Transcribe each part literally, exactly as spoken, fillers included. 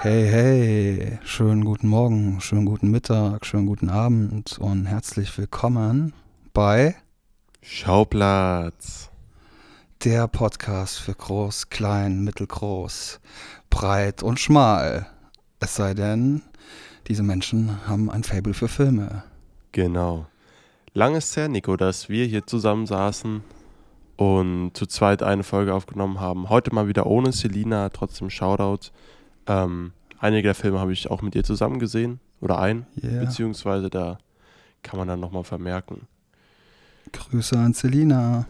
Hey, hey, schönen guten Morgen, schönen guten Mittag, schönen guten Abend und herzlich willkommen bei Schauplatz. der Podcast für groß, klein, mittelgroß, breit und schmal. Es sei denn, diese Menschen haben ein Faible für Filme. Genau. Lang ist her, Nico, dass wir hier zusammen saßen und zu zweit eine Folge aufgenommen haben. Heute mal wieder ohne Selina, trotzdem Shoutout. Ähm, einige der Filme habe ich auch mit ihr zusammen gesehen. Oder ein, Yeah. beziehungsweise da kann man dann nochmal vermerken. Grüße an Selina.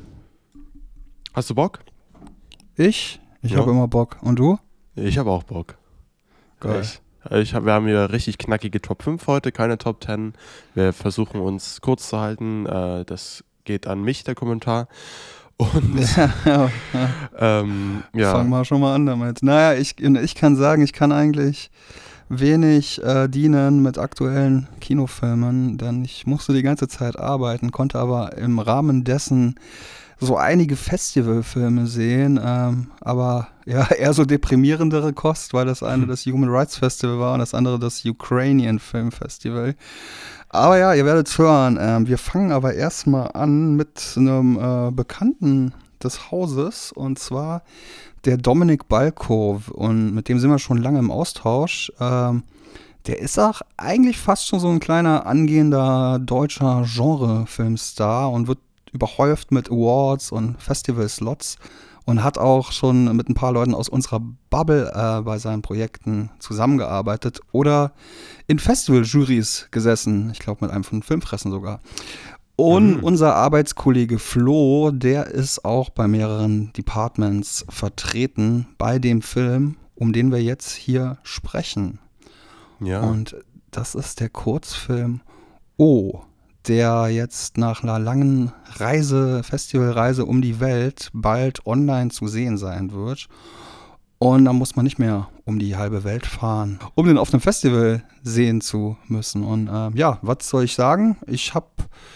Hast du Bock? Ich? Ich habe Ja. immer Bock. Und du? Ich habe auch Bock. Geil. Ich, ich hab, wir haben hier richtig knackige Top fünf heute, keine Top zehn. Wir versuchen uns kurz zu halten. Äh, das geht an mich, der Kommentar. Und Ja, ja, ja. ähm, ja. Fang mal schon mal an damit. Naja, ich, ich kann sagen, ich kann eigentlich wenig äh, dienen mit aktuellen Kinofilmen, denn ich musste die ganze Zeit arbeiten, konnte aber im Rahmen dessen so einige Festivalfilme sehen, ähm, aber ja, eher so deprimierendere Kost, weil das eine das Human Rights Festival war und das andere das Ukrainian Film Festival. Aber ja, ihr werdet hören. Ähm, wir fangen aber erstmal an mit einem äh, Bekannten des Hauses, und zwar der Dominik Balko, und mit dem sind wir schon lange im Austausch. Ähm, der ist auch eigentlich fast schon so ein kleiner angehender deutscher Genre-Filmstar und wird überhäuft mit Awards und Festival-Slots und hat auch schon mit ein paar Leuten aus unserer Bubble äh, bei seinen Projekten zusammengearbeitet oder in Festival-Jurys gesessen. Ich glaube, mit einem von Filmfressen sogar. Und Mhm. unser Arbeitskollege Flo, der ist auch bei mehreren Departments vertreten bei dem Film, um den wir jetzt hier sprechen. Ja. Und das ist der Kurzfilm O, der jetzt nach einer langen Reise, Festivalreise um die Welt bald online zu sehen sein wird. Und da muss man nicht mehr um die halbe Welt fahren, um den auf einem Festival sehen zu müssen. Und äh, ja, was soll ich sagen? Ich habe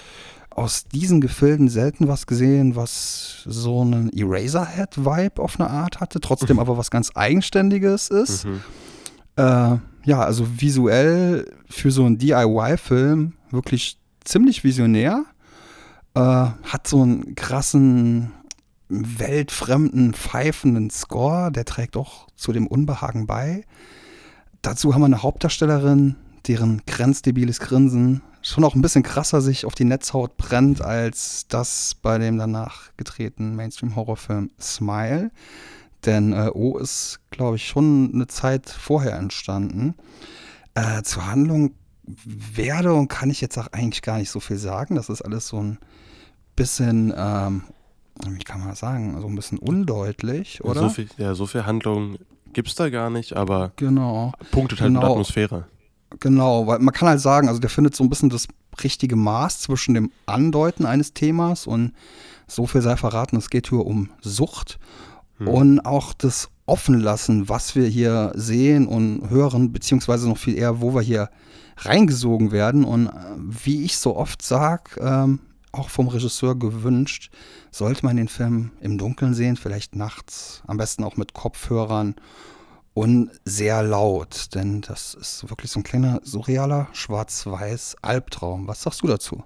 aus diesen Gefilden selten was gesehen, was so einen Eraserhead-Vibe auf eine Art hatte, trotzdem aber was ganz Eigenständiges ist. Mhm. Äh, ja, also visuell für so einen D I Y-Film wirklich ziemlich visionär. Äh, hat so einen krassen, weltfremden, pfeifenden Score, der trägt auch zu dem Unbehagen bei. Dazu haben wir eine Hauptdarstellerin, deren grenzdebiles Grinsen schon auch ein bisschen krasser sich auf die Netzhaut brennt als das bei dem danach gedrehten Mainstream-Horrorfilm Smile. Denn äh, O ist, glaube ich, schon eine Zeit vorher entstanden. Äh, zur Handlung werde und kann ich jetzt auch eigentlich gar nicht so viel sagen. Das ist alles so ein bisschen, ähm, wie kann man das sagen, so ein bisschen undeutlich, Ja, so oder? viel, ja, so viel Handlung gibt es da gar nicht, aber Genau, punktet halt mit genau, Atmosphäre. genau. Weil man kann halt sagen, also der findet so ein bisschen das richtige Maß zwischen dem Andeuten eines Themas und so viel sei verraten, es geht hier um Sucht Hm. und auch das Offenlassen, was wir hier sehen und hören, beziehungsweise noch viel eher, wo wir hier reingesogen werden. Und äh, wie ich so oft sage, ähm, auch vom Regisseur gewünscht, sollte man den Film im Dunkeln sehen, vielleicht nachts, am besten auch mit Kopfhörern und sehr laut, denn das ist wirklich so ein kleiner surrealer schwarz-weiß Albtraum. Was sagst du dazu?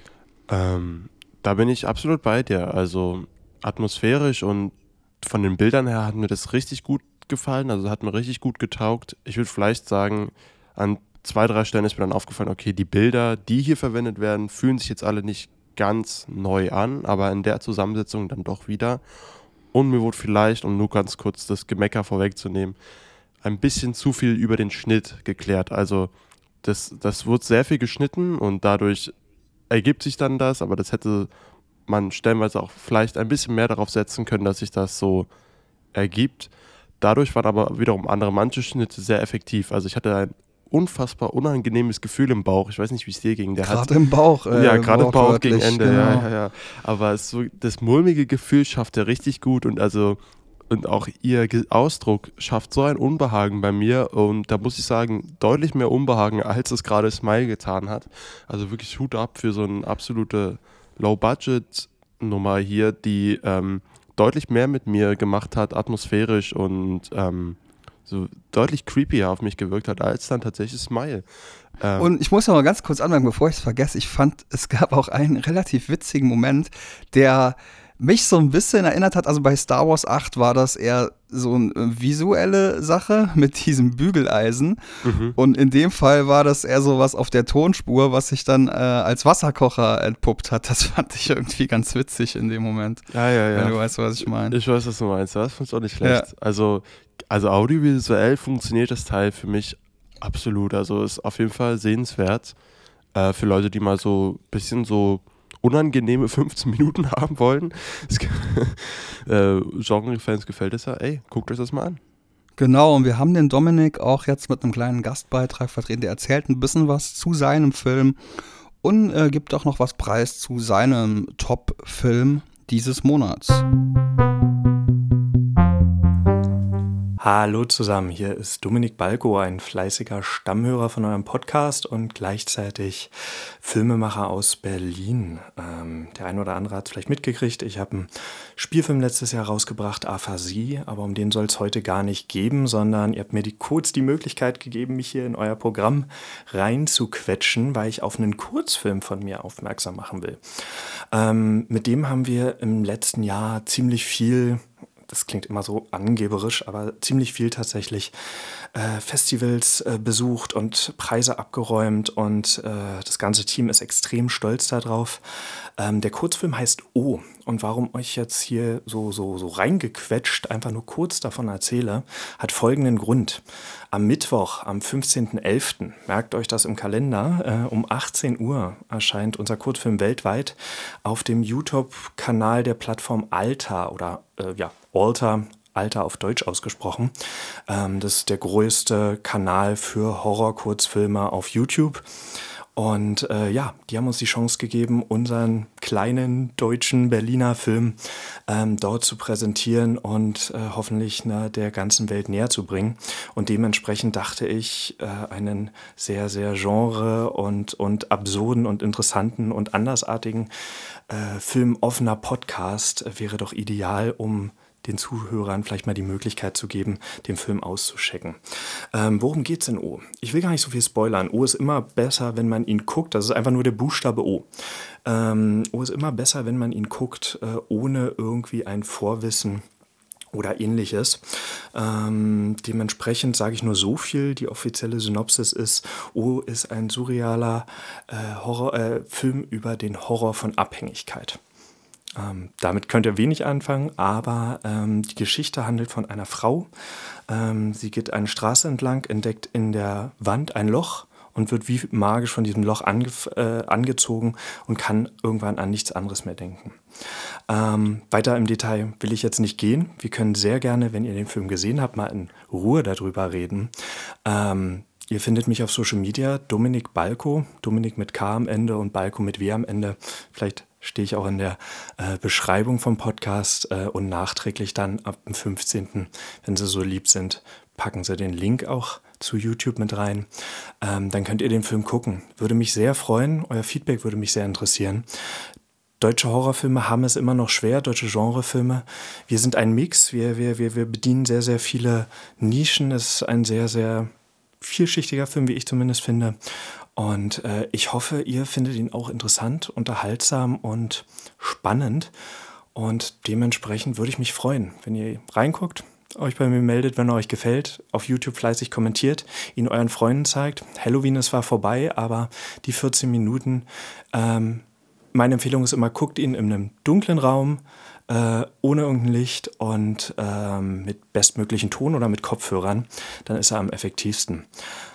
Ähm, da bin ich absolut bei dir. Also atmosphärisch und von den Bildern her hat mir das richtig gut gefallen. Also hat mir richtig gut getaugt. Ich würde vielleicht sagen, an zwei, drei Stellen ist mir dann aufgefallen, okay, die Bilder, die hier verwendet werden, fühlen sich jetzt alle nicht ganz neu an, aber in der Zusammensetzung dann doch wieder. Und mir wurde vielleicht, um nur ganz kurz das Gemecker vorwegzunehmen, ein bisschen zu viel über den Schnitt geklärt. Also das, das wurde sehr viel geschnitten und dadurch ergibt sich dann das, aber das hätte man stellenweise auch vielleicht ein bisschen mehr darauf setzen können, dass sich das so ergibt. Dadurch waren aber wiederum andere manche Schnitte sehr effektiv. Also ich hatte ein unfassbar unangenehmes Gefühl im Bauch. Ich weiß nicht, wie es dir ging. Der hat, Gerade im Bauch, ja, äh, gerade im Bauch gegen wortwörtlich, Ende, ja, genau. ja, ja. Aber es so, das mulmige Gefühl schafft er richtig gut und also und auch ihr Ge- Ausdruck schafft so ein Unbehagen bei mir und da muss ich sagen, deutlich mehr Unbehagen, als es gerade Smile getan hat. Also wirklich Hut ab für so eine absolute Low-Budget-Nummer hier, die ähm, deutlich mehr mit mir gemacht hat, atmosphärisch und ähm, so deutlich creepier auf mich gewirkt hat, als dann tatsächlich Smile. Ähm, Und ich muss noch mal ganz kurz anmerken, bevor ich es vergesse, ich fand, es gab auch einen relativ witzigen Moment, der mich so ein bisschen erinnert hat, also bei Star Wars acht war das eher so eine visuelle Sache mit diesem Bügeleisen mhm. und in dem Fall war das eher so was auf der Tonspur, was sich dann äh, als Wasserkocher entpuppt hat. Das fand ich irgendwie ganz witzig in dem Moment. Ja, ja, ja. Wenn du weißt, was ich meine. Ich weiß, was du meinst. Das findest du auch nicht schlecht. Ja. Also, also audiovisuell funktioniert das Teil für mich absolut. Also ist auf jeden Fall sehenswert äh, für Leute, die mal so ein bisschen so unangenehme fünfzehn Minuten haben wollen. Es, äh, Genre-Fans gefällt es ja. Ey, guckt euch das mal an. Genau, und wir haben den Dominik auch jetzt mit einem kleinen Gastbeitrag vertreten. Der erzählt ein bisschen was zu seinem Film und äh, gibt auch noch was preis zu seinem Top-Film dieses Monats. Hallo zusammen, hier ist Dominik Balko, ein fleißiger Stammhörer von eurem Podcast und gleichzeitig Filmemacher aus Berlin. Ähm, der eine oder andere hat es vielleicht mitgekriegt, ich habe einen Spielfilm letztes Jahr rausgebracht, Aphasie, aber um den soll es heute gar nicht geben, sondern ihr habt mir die, kurz die Möglichkeit gegeben, mich hier in euer Programm reinzuquetschen, weil ich auf einen Kurzfilm von mir aufmerksam machen will. Ähm, mit dem haben wir im letzten Jahr ziemlich viel... Das klingt immer so angeberisch, aber ziemlich viel tatsächlich äh, Festivals äh, besucht und Preise abgeräumt und äh, das ganze Team ist extrem stolz darauf. Ähm, der Kurzfilm heißt O und warum euch jetzt hier so, so, so reingequetscht einfach nur kurz davon erzähle, hat folgenden Grund. Am Mittwoch, am fünfzehnten elften, merkt euch das im Kalender, äh, um achtzehn Uhr erscheint unser Kurzfilm weltweit auf dem YouTube-Kanal der Plattform Alta oder äh, ja, Alta, Alta auf Deutsch ausgesprochen. Ähm, das ist der größte Kanal für Horror-Kurzfilme auf YouTube. Und äh, ja, die haben uns die Chance gegeben, unseren kleinen deutschen Berliner Film ähm, dort zu präsentieren und äh, hoffentlich na, der ganzen Welt näher zu bringen. Und dementsprechend dachte ich, äh, einen sehr, sehr genre- und, und absurden und interessanten und andersartigen äh, filmoffener Podcast wäre doch ideal, um den Zuhörern vielleicht mal die Möglichkeit zu geben, den Film auszuchecken. Ähm, worum geht's in O? Ich will gar nicht so viel spoilern. O ist immer besser, wenn man ihn guckt. Das ist einfach nur der Buchstabe O. Ähm, O ist immer besser, wenn man ihn guckt, äh, ohne irgendwie ein Vorwissen oder ähnliches. Ähm, dementsprechend sage ich nur so viel. Die offizielle Synopsis ist, O ist ein surrealer äh, Horror, äh, Film über den Horror von Abhängigkeit. Ähm, damit könnt ihr wenig anfangen, aber ähm, die Geschichte handelt von einer Frau. Ähm, sie geht eine Straße entlang, entdeckt in der Wand ein Loch und wird wie magisch von diesem Loch ange äh, angezogen und kann irgendwann an nichts anderes mehr denken. Ähm, weiter im Detail will ich jetzt nicht gehen. Wir können sehr gerne, wenn ihr den Film gesehen habt, mal in Ruhe darüber reden. Ähm, Ihr findet mich auf Social Media, Dominik Balko, Dominik mit K am Ende und Balko mit W am Ende. Vielleicht stehe ich auch in der äh, Beschreibung vom Podcast äh, und nachträglich dann ab dem fünfzehnten, wenn Sie so lieb sind, packen Sie den Link auch zu YouTube mit rein. Ähm, dann könnt ihr den Film gucken. Würde mich sehr freuen, euer Feedback würde mich sehr interessieren. Deutsche Horrorfilme haben es immer noch schwer, deutsche Genrefilme. Wir sind ein Mix, wir, wir, wir, wir bedienen sehr, sehr viele Nischen. Es ist ein sehr, sehr vielschichtiger Film, wie ich zumindest finde. Und äh, ich hoffe, ihr findet ihn auch interessant, unterhaltsam und spannend. Und dementsprechend würde ich mich freuen, wenn ihr reinguckt, euch bei mir meldet, wenn er euch gefällt, auf YouTube fleißig kommentiert, ihn euren Freunden zeigt. Halloween ist zwar vorbei, aber die vierzehn Minuten, ähm, meine Empfehlung ist immer, guckt ihn in einem dunklen Raum, Äh, ohne irgendein Licht und ähm, mit bestmöglichen Ton oder mit Kopfhörern, dann ist er am effektivsten.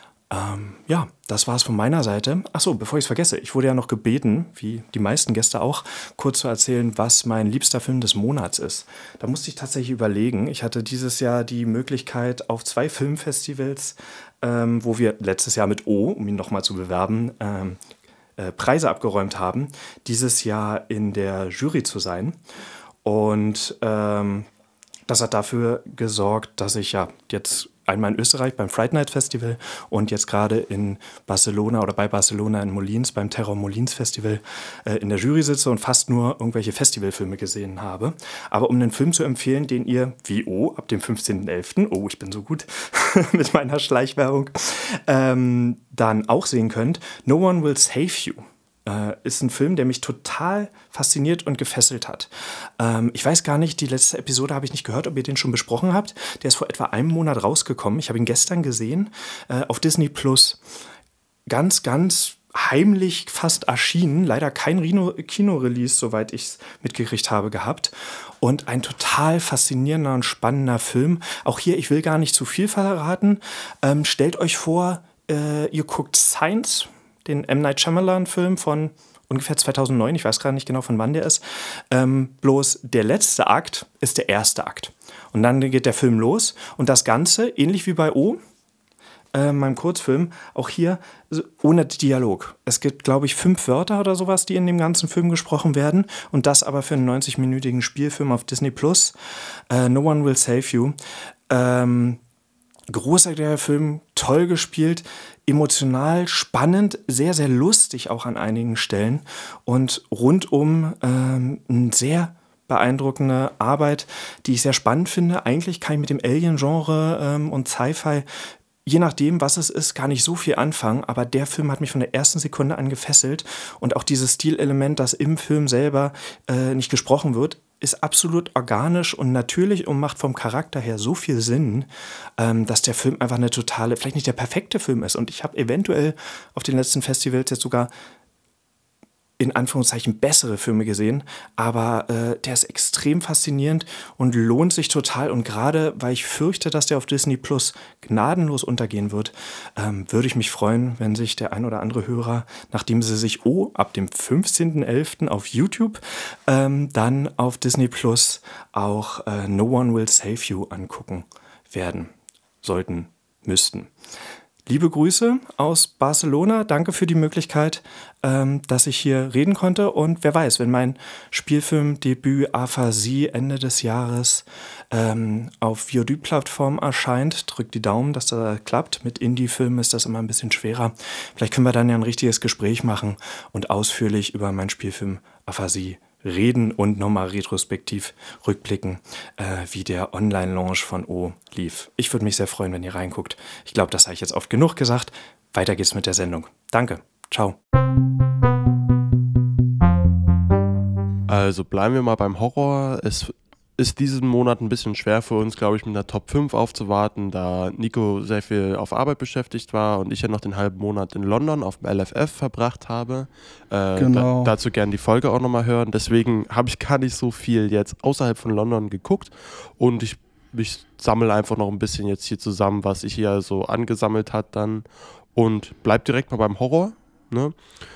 Ähm, ja, das war es von meiner Seite. Achso, bevor ich es vergesse, ich wurde ja noch gebeten, wie die meisten Gäste auch, kurz zu erzählen, was mein liebster Film des Monats ist. Da musste ich tatsächlich überlegen. Ich hatte dieses Jahr die Möglichkeit, auf zwei Filmfestivals, ähm, wo wir letztes Jahr mit O, um ihn nochmal zu bewerben, ähm, äh, Preise abgeräumt haben, dieses Jahr in der Jury zu sein. Und ähm, das hat dafür gesorgt, dass ich ja jetzt einmal in Österreich beim Fright Night Festival und jetzt gerade in Barcelona oder bei Barcelona in Molins beim Terror Molins Festival äh, in der Jury sitze und fast nur irgendwelche Festivalfilme gesehen habe. Aber um einen Film zu empfehlen, den ihr, wie oh, ab dem fünfzehnten elften, oh, ich bin so gut mit meiner Schleichwerbung, ähm, dann auch sehen könnt, No One Will Save You. Äh, ist ein Film, der mich total fasziniert und gefesselt hat. Ähm, ich weiß gar nicht, die letzte Episode habe ich nicht gehört, ob ihr den schon besprochen habt. Der ist vor etwa einem Monat rausgekommen. Ich habe ihn gestern gesehen äh, auf Disney Plus. Ganz, ganz heimlich fast erschienen. Leider kein Rino- Kino-Release, soweit ich es mitgekriegt habe, gehabt. Und ein total faszinierender und spannender Film. Auch hier, ich will gar nicht zu viel verraten. Ähm, stellt euch vor, äh, ihr guckt Science, den M. Night Shyamalan-Film von ungefähr zweitausendneun, ich weiß gar nicht genau, von wann der ist. Ähm, bloß der letzte Akt ist der erste Akt. Und dann geht der Film los und das Ganze, ähnlich wie bei O, äh, meinem Kurzfilm, auch hier ohne Dialog. Es gibt, glaube ich, fünf Wörter oder sowas, die in dem ganzen Film gesprochen werden und das aber für einen neunzig-minütigen Spielfilm auf Disney Plus. Äh, No One Will Save You. Ähm, großartiger Film, toll gespielt, emotional, spannend, sehr, sehr lustig auch an einigen Stellen und rundum ähm, eine sehr beeindruckende Arbeit, die ich sehr spannend finde. Eigentlich kann ich mit dem Alien-Genre ähm, und Sci-Fi, je nachdem, was es ist, gar nicht so viel anfangen, aber der Film hat mich von der ersten Sekunde an gefesselt und auch dieses Stilelement, das im Film selber äh, nicht gesprochen wird, ist absolut organisch und natürlich und macht vom Charakter her so viel Sinn, ähm, dass der Film einfach eine totale, vielleicht nicht der perfekte Film ist. Und ich habe eventuell auf den letzten Festivals jetzt sogar in Anführungszeichen bessere Filme gesehen, aber äh, der ist extrem faszinierend und lohnt sich total. Und gerade, weil ich fürchte, dass der auf Disney Plus gnadenlos untergehen wird, ähm, würde ich mich freuen, wenn sich der ein oder andere Hörer, nachdem sie sich oh, ab dem fünfzehnten elften auf YouTube, ähm, dann auf Disney Plus auch äh, No One Will Save You angucken werden, sollten, müssten. Liebe Grüße aus Barcelona. Danke für die Möglichkeit, ähm, dass ich hier reden konnte. Und wer weiß, wenn mein Spielfilmdebüt Aphasie Ende des Jahres ähm, auf V O D-Plattform erscheint, drückt die Daumen, dass das klappt. Mit Indie-Filmen ist das immer ein bisschen schwerer. Vielleicht können wir dann ja ein richtiges Gespräch machen und ausführlich über meinen Spielfilm Aphasie reden und nochmal retrospektiv rückblicken, äh, wie der Online-Launch von O lief. Ich würde mich sehr freuen, wenn ihr reinguckt. Ich glaube, das habe ich jetzt oft genug gesagt. Weiter geht's mit der Sendung. Danke. Ciao. Also bleiben wir mal beim Horror. Es ist diesen Monat ein bisschen schwer für uns, glaube ich, mit einer Top fünf aufzuwarten, da Nico sehr viel auf Arbeit beschäftigt war und ich ja noch den halben Monat in London auf dem L F F verbracht habe. Äh, Genau. da, dazu gerne die Folge auch nochmal hören. Deswegen habe ich gar nicht so viel jetzt außerhalb von London geguckt und ich, ich sammle einfach noch ein bisschen jetzt hier zusammen, was ich hier so angesammelt hat dann und bleib direkt mal beim Horror, ne?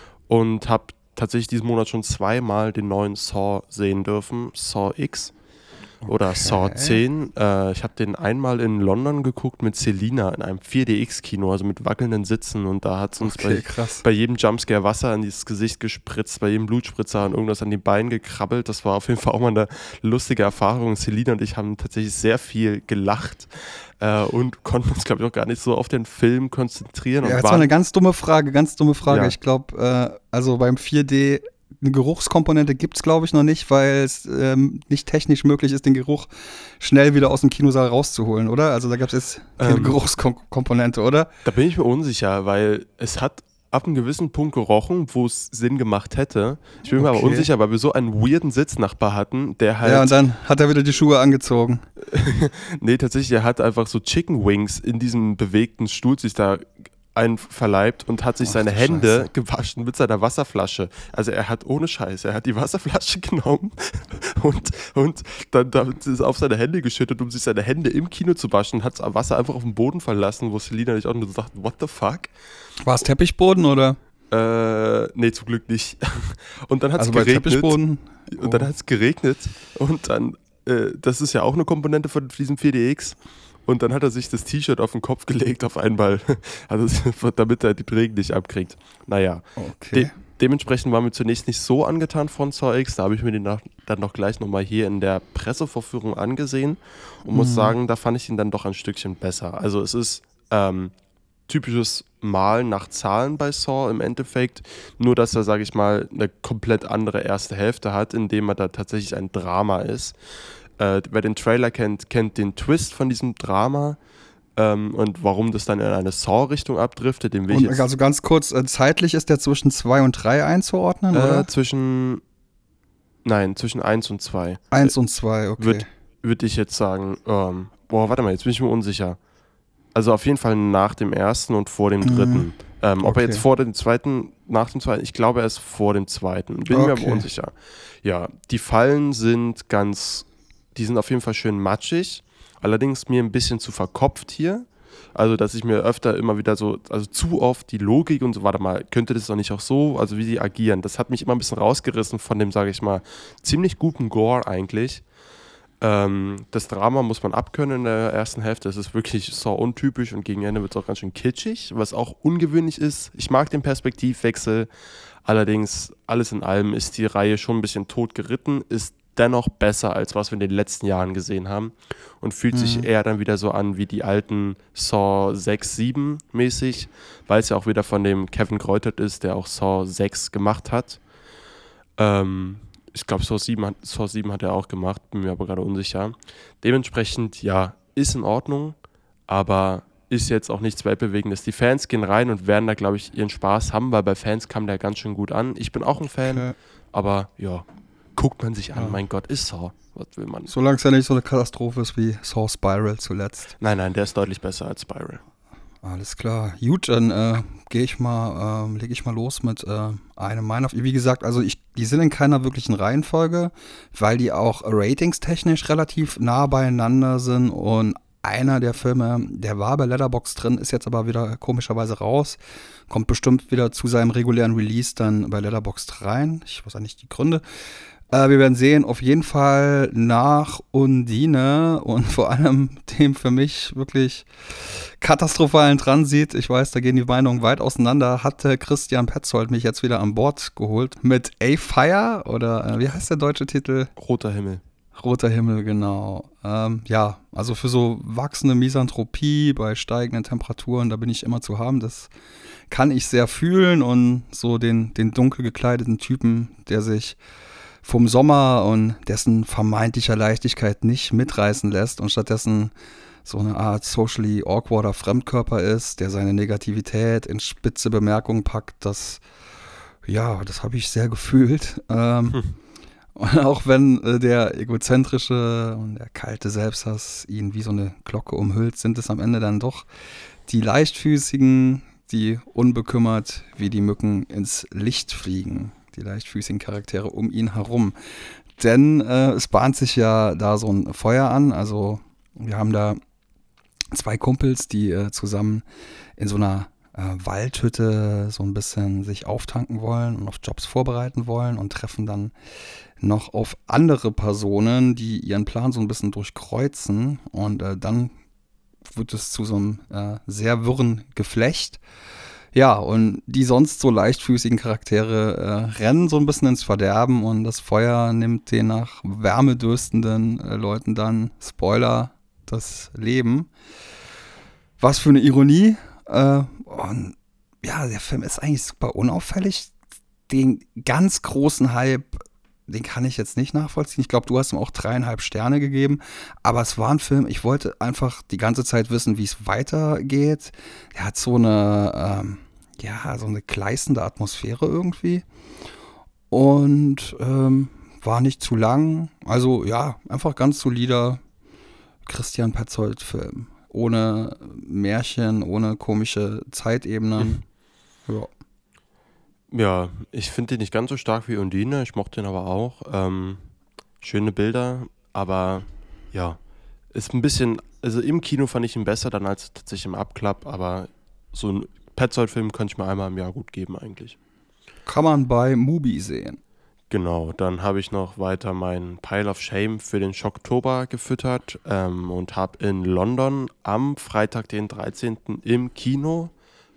Und habe tatsächlich diesen Monat schon zweimal den neuen Saw sehen dürfen, Saw X. Oder okay. Saw zehn. Äh, ich habe den einmal in London geguckt mit Selina in einem vier D X-Kino, also mit wackelnden Sitzen. Und da hat es uns okay, bei, bei jedem Jumpscare Wasser in dieses Gesicht gespritzt, bei jedem Blutspritzer und irgendwas an die Beine gekrabbelt. Das war auf jeden Fall auch mal eine lustige Erfahrung. Selina und ich haben tatsächlich sehr viel gelacht äh, und konnten uns, glaube ich, auch gar nicht so auf den Film konzentrieren. Ja, und das war eine ganz dumme Frage, ganz dumme Frage. Ja. Ich glaube, äh, also beim vier D eine Geruchskomponente gibt es, glaube ich, noch nicht, weil es ähm, nicht technisch möglich ist, den Geruch schnell wieder aus dem Kinosaal rauszuholen, oder? Also da gab es jetzt keine ähm, Geruchskomponente, oder? Da bin ich mir unsicher, weil es hat ab einem gewissen Punkt gerochen, wo es Sinn gemacht hätte. Ich bin okay. mir aber unsicher, weil wir so einen weirden Sitznachbar hatten, der halt... Ja, und dann hat er wieder die Schuhe angezogen. Nee, tatsächlich, er hat einfach so Chicken Wings in diesem bewegten Stuhl sich da einverleibt und hat sich Ach, seine Hände Scheiße. gewaschen mit seiner Wasserflasche. Also er hat ohne Scheiß, er hat die Wasserflasche genommen und, und dann, dann ist auf seine Hände geschüttet, um sich seine Hände im Kino zu waschen, hat das Wasser einfach auf den Boden verlassen, wo Selina nicht auch nur sagt, what the fuck? War es Teppichboden oder? Äh, nee, zum Glück nicht. Und dann hat es also geregnet. Bei Teppichboden? Oh. Und dann hat es geregnet und dann, äh, das ist ja auch eine Komponente von diesem vier D X. Und dann hat er sich das T-Shirt auf den Kopf gelegt auf einmal, also, damit er den Regen nicht abkriegt. Naja, okay. den, dementsprechend waren wir zunächst nicht so angetan von Saw X. Da habe ich mir den nach, dann noch gleich nochmal hier in der Pressevorführung angesehen und mhm. muss sagen, da fand ich ihn dann doch ein Stückchen besser. Also es ist ähm, typisches Malen nach Zahlen bei Saw im Endeffekt, nur dass er, sage ich mal, eine komplett andere erste Hälfte hat, indem er da tatsächlich ein Drama ist. Äh, wer den Trailer kennt, kennt den Twist von diesem Drama. Ähm, und warum das dann in eine Saw-Richtung abdriftet, den will ich und jetzt... Also ganz kurz, äh, zeitlich ist der zwischen zwei und drei einzuordnen, äh, oder? Zwischen... Nein, zwischen eins und zwei. eins und zwei, okay. Würde würd ich jetzt sagen, ähm, boah, warte mal, jetzt bin ich mir unsicher. Also auf jeden Fall nach dem ersten und vor dem dritten. Mhm. Ähm, ob okay. er jetzt vor dem zweiten, nach dem zweiten, ich glaube er ist vor dem zweiten. Bin okay. mir aber unsicher. Ja, die Fallen sind ganz, die sind auf jeden Fall schön matschig. Allerdings mir ein bisschen zu verkopft hier. Also, dass ich mir öfter immer wieder so, also zu oft die Logik und so, warte mal, könnte das doch nicht auch so, also wie die agieren. Das hat mich immer ein bisschen rausgerissen von dem, sage ich mal, ziemlich guten Gore eigentlich. Ähm, das Drama muss man abkönnen in der ersten Hälfte. Es ist wirklich so untypisch und gegen Ende wird es auch ganz schön kitschig, was auch ungewöhnlich ist. Ich mag den Perspektivwechsel. Allerdings, alles in allem ist die Reihe schon ein bisschen tot geritten, ist dennoch besser, als was wir in den letzten Jahren gesehen haben und fühlt mhm. sich eher dann wieder so an wie die alten Saw sechs, sieben mäßig, weil es ja auch wieder von dem Kevin Greutert ist, der auch Saw sechs gemacht hat. Ähm, ich glaube, Saw sieben, hat, Saw sieben hat er auch gemacht, bin mir aber gerade unsicher. Dementsprechend, ja, ist in Ordnung, aber ist jetzt auch nichts Weltbewegendes. Die Fans gehen rein und werden da, glaube ich, ihren Spaß haben, weil bei Fans kam der ganz schön gut an. Ich bin auch ein Fan, okay. aber ja, guckt man sich an, ja. mein Gott, ist Saw. Was will man? Solange es ja nicht so eine Katastrophe ist wie Saw Spiral zuletzt. Nein, nein, der ist deutlich besser als Spiral. Alles klar. Gut, dann äh, gehe ich mal, äh, lege ich mal los mit äh, einem meiner. Wie gesagt, also ich, die sind in keiner wirklichen Reihenfolge, weil die auch ratingstechnisch relativ nah beieinander sind und einer der Filme, der war bei Letterboxd drin, ist jetzt aber wieder komischerweise raus, kommt bestimmt wieder zu seinem regulären Release dann bei Letterboxd rein. Ich weiß ja nicht die Gründe. Äh, wir werden sehen, auf jeden Fall nach Undine und vor allem dem für mich wirklich katastrophalen Transit, ich weiß, da gehen die Meinungen weit auseinander, hatte Christian Petzold mich jetzt wieder an Bord geholt mit A Fire oder äh, wie heißt der deutsche Titel? Roter Himmel. Roter Himmel, genau. Ähm, ja, also für so wachsende Misanthropie bei steigenden Temperaturen, da bin ich immer zu haben. Das kann ich sehr fühlen und so den, den dunkel gekleideten Typen, der sich vom Sommer und dessen vermeintlicher Leichtigkeit nicht mitreißen lässt und stattdessen so eine Art socially awkwarder Fremdkörper ist, der seine Negativität in spitze Bemerkungen packt, das, ja, das habe ich sehr gefühlt. Ähm, hm. Und auch wenn äh, der egozentrische und der kalte Selbsthass ihn wie so eine Glocke umhüllt, sind es am Ende dann doch die leichtfüßigen, die unbekümmert wie die Mücken ins Licht fliegen, die leichtfüßigen Charaktere um ihn herum. Denn äh, es bahnt sich ja da so ein Feuer an, also wir haben da zwei Kumpels, die äh, zusammen in so einer äh, Waldhütte so ein bisschen sich auftanken wollen und auf Jobs vorbereiten wollen und treffen dann noch auf andere Personen, die ihren Plan so ein bisschen durchkreuzen und äh, dann wird es zu so einem äh, sehr wirren Geflecht. Ja, und die sonst so leichtfüßigen Charaktere äh, rennen so ein bisschen ins Verderben und das Feuer nimmt den nach wärmedürstenden äh, Leuten dann, Spoiler, das Leben. Was für eine Ironie. Äh, und ja, der Film ist eigentlich super unauffällig. Den ganz großen Hype, den kann ich jetzt nicht nachvollziehen. Ich glaube, du hast ihm auch dreieinhalb Sterne gegeben. Aber es war ein Film, ich wollte einfach die ganze Zeit wissen, wie es weitergeht. Er hat so eine, ähm, ja, so eine gleißende Atmosphäre irgendwie. Und ähm, war nicht zu lang. Also ja, einfach ganz solider Christian Petzold-Film. Ohne Märchen, ohne komische Zeitebenen. Mhm. Ja. Ja, ich finde den nicht ganz so stark wie Undine, ich mochte den aber auch. Ähm, schöne Bilder, aber ja, ist ein bisschen, also im Kino fand ich ihn besser dann als tatsächlich im Abklapp, aber so ein Petzold-Film könnte ich mir einmal im Jahr gut geben eigentlich. Kann man bei Mubi sehen. Genau, dann habe ich noch weiter meinen Pile of Shame für den Schocktober gefüttert ähm, und habe in London am Freitag, den dreizehnten im Kino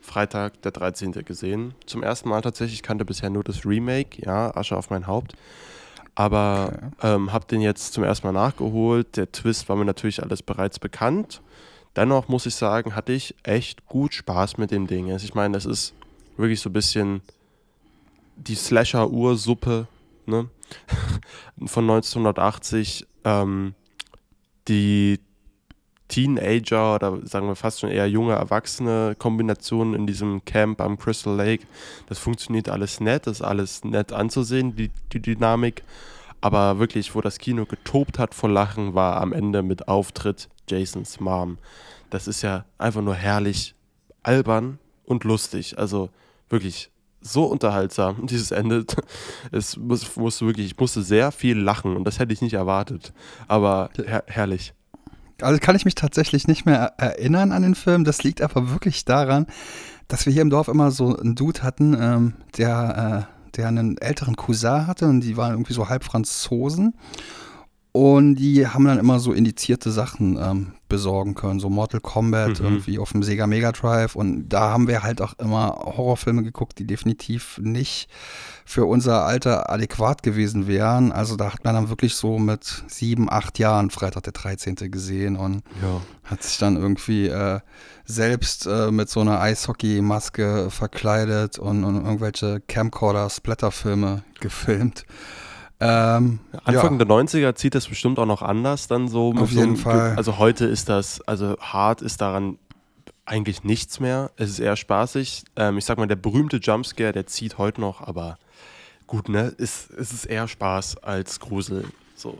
Freitag der dreizehnte gesehen. Zum ersten Mal tatsächlich, ich kannte bisher nur das Remake, ja, Asche auf mein Haupt. Aber okay. ähm, habe den jetzt zum ersten Mal nachgeholt. Der Twist war mir natürlich alles bereits bekannt. Dennoch muss ich sagen, hatte ich echt gut Spaß mit dem Ding. Also ich meine, das ist wirklich so ein bisschen die Slasher-Ursuppe, ne? Von neunzehnhundertachtzig. Ähm, die Teenager oder sagen wir fast schon eher junge Erwachsene Kombinationen in diesem Camp am Crystal Lake. Das funktioniert alles nett, das ist alles nett anzusehen, die, die Dynamik. Aber wirklich, wo das Kino getobt hat vor Lachen, war am Ende mit Auftritt Jasons Mom. Das ist ja einfach nur herrlich albern und lustig. Also wirklich so unterhaltsam, dieses Ende. Es muss, muss wirklich, ich musste sehr viel lachen und das hätte ich nicht erwartet. Aber her- herrlich. Also kann ich mich tatsächlich nicht mehr erinnern an den Film. Das liegt aber wirklich daran, dass wir hier im Dorf immer so einen Dude hatten, ähm, der, äh, der einen älteren Cousin hatte und die waren irgendwie so halb Franzosen. Und die haben dann immer so indizierte Sachen ähm, besorgen können, so Mortal Kombat mhm. irgendwie auf dem Sega Mega Drive. Und da haben wir halt auch immer Horrorfilme geguckt, die definitiv nicht für unser Alter adäquat gewesen wären. Also da hat man dann wirklich so mit sieben, acht Jahren Freitag der dreizehnte gesehen und ja. hat sich dann irgendwie äh, selbst äh, mit so einer Eishockey-Maske verkleidet und, und irgendwelche Camcorder-Splatterfilme gefilmt. Ähm, Anfang ja. der neunziger zieht das bestimmt auch noch anders dann so. Mit Auf jeden so Fall. Also heute ist das, also hart ist daran eigentlich nichts mehr. Es ist eher spaßig. Ähm, ich sag mal, der berühmte Jumpscare, der zieht heute noch, aber gut, ne? Es, es ist eher Spaß als Grusel. So.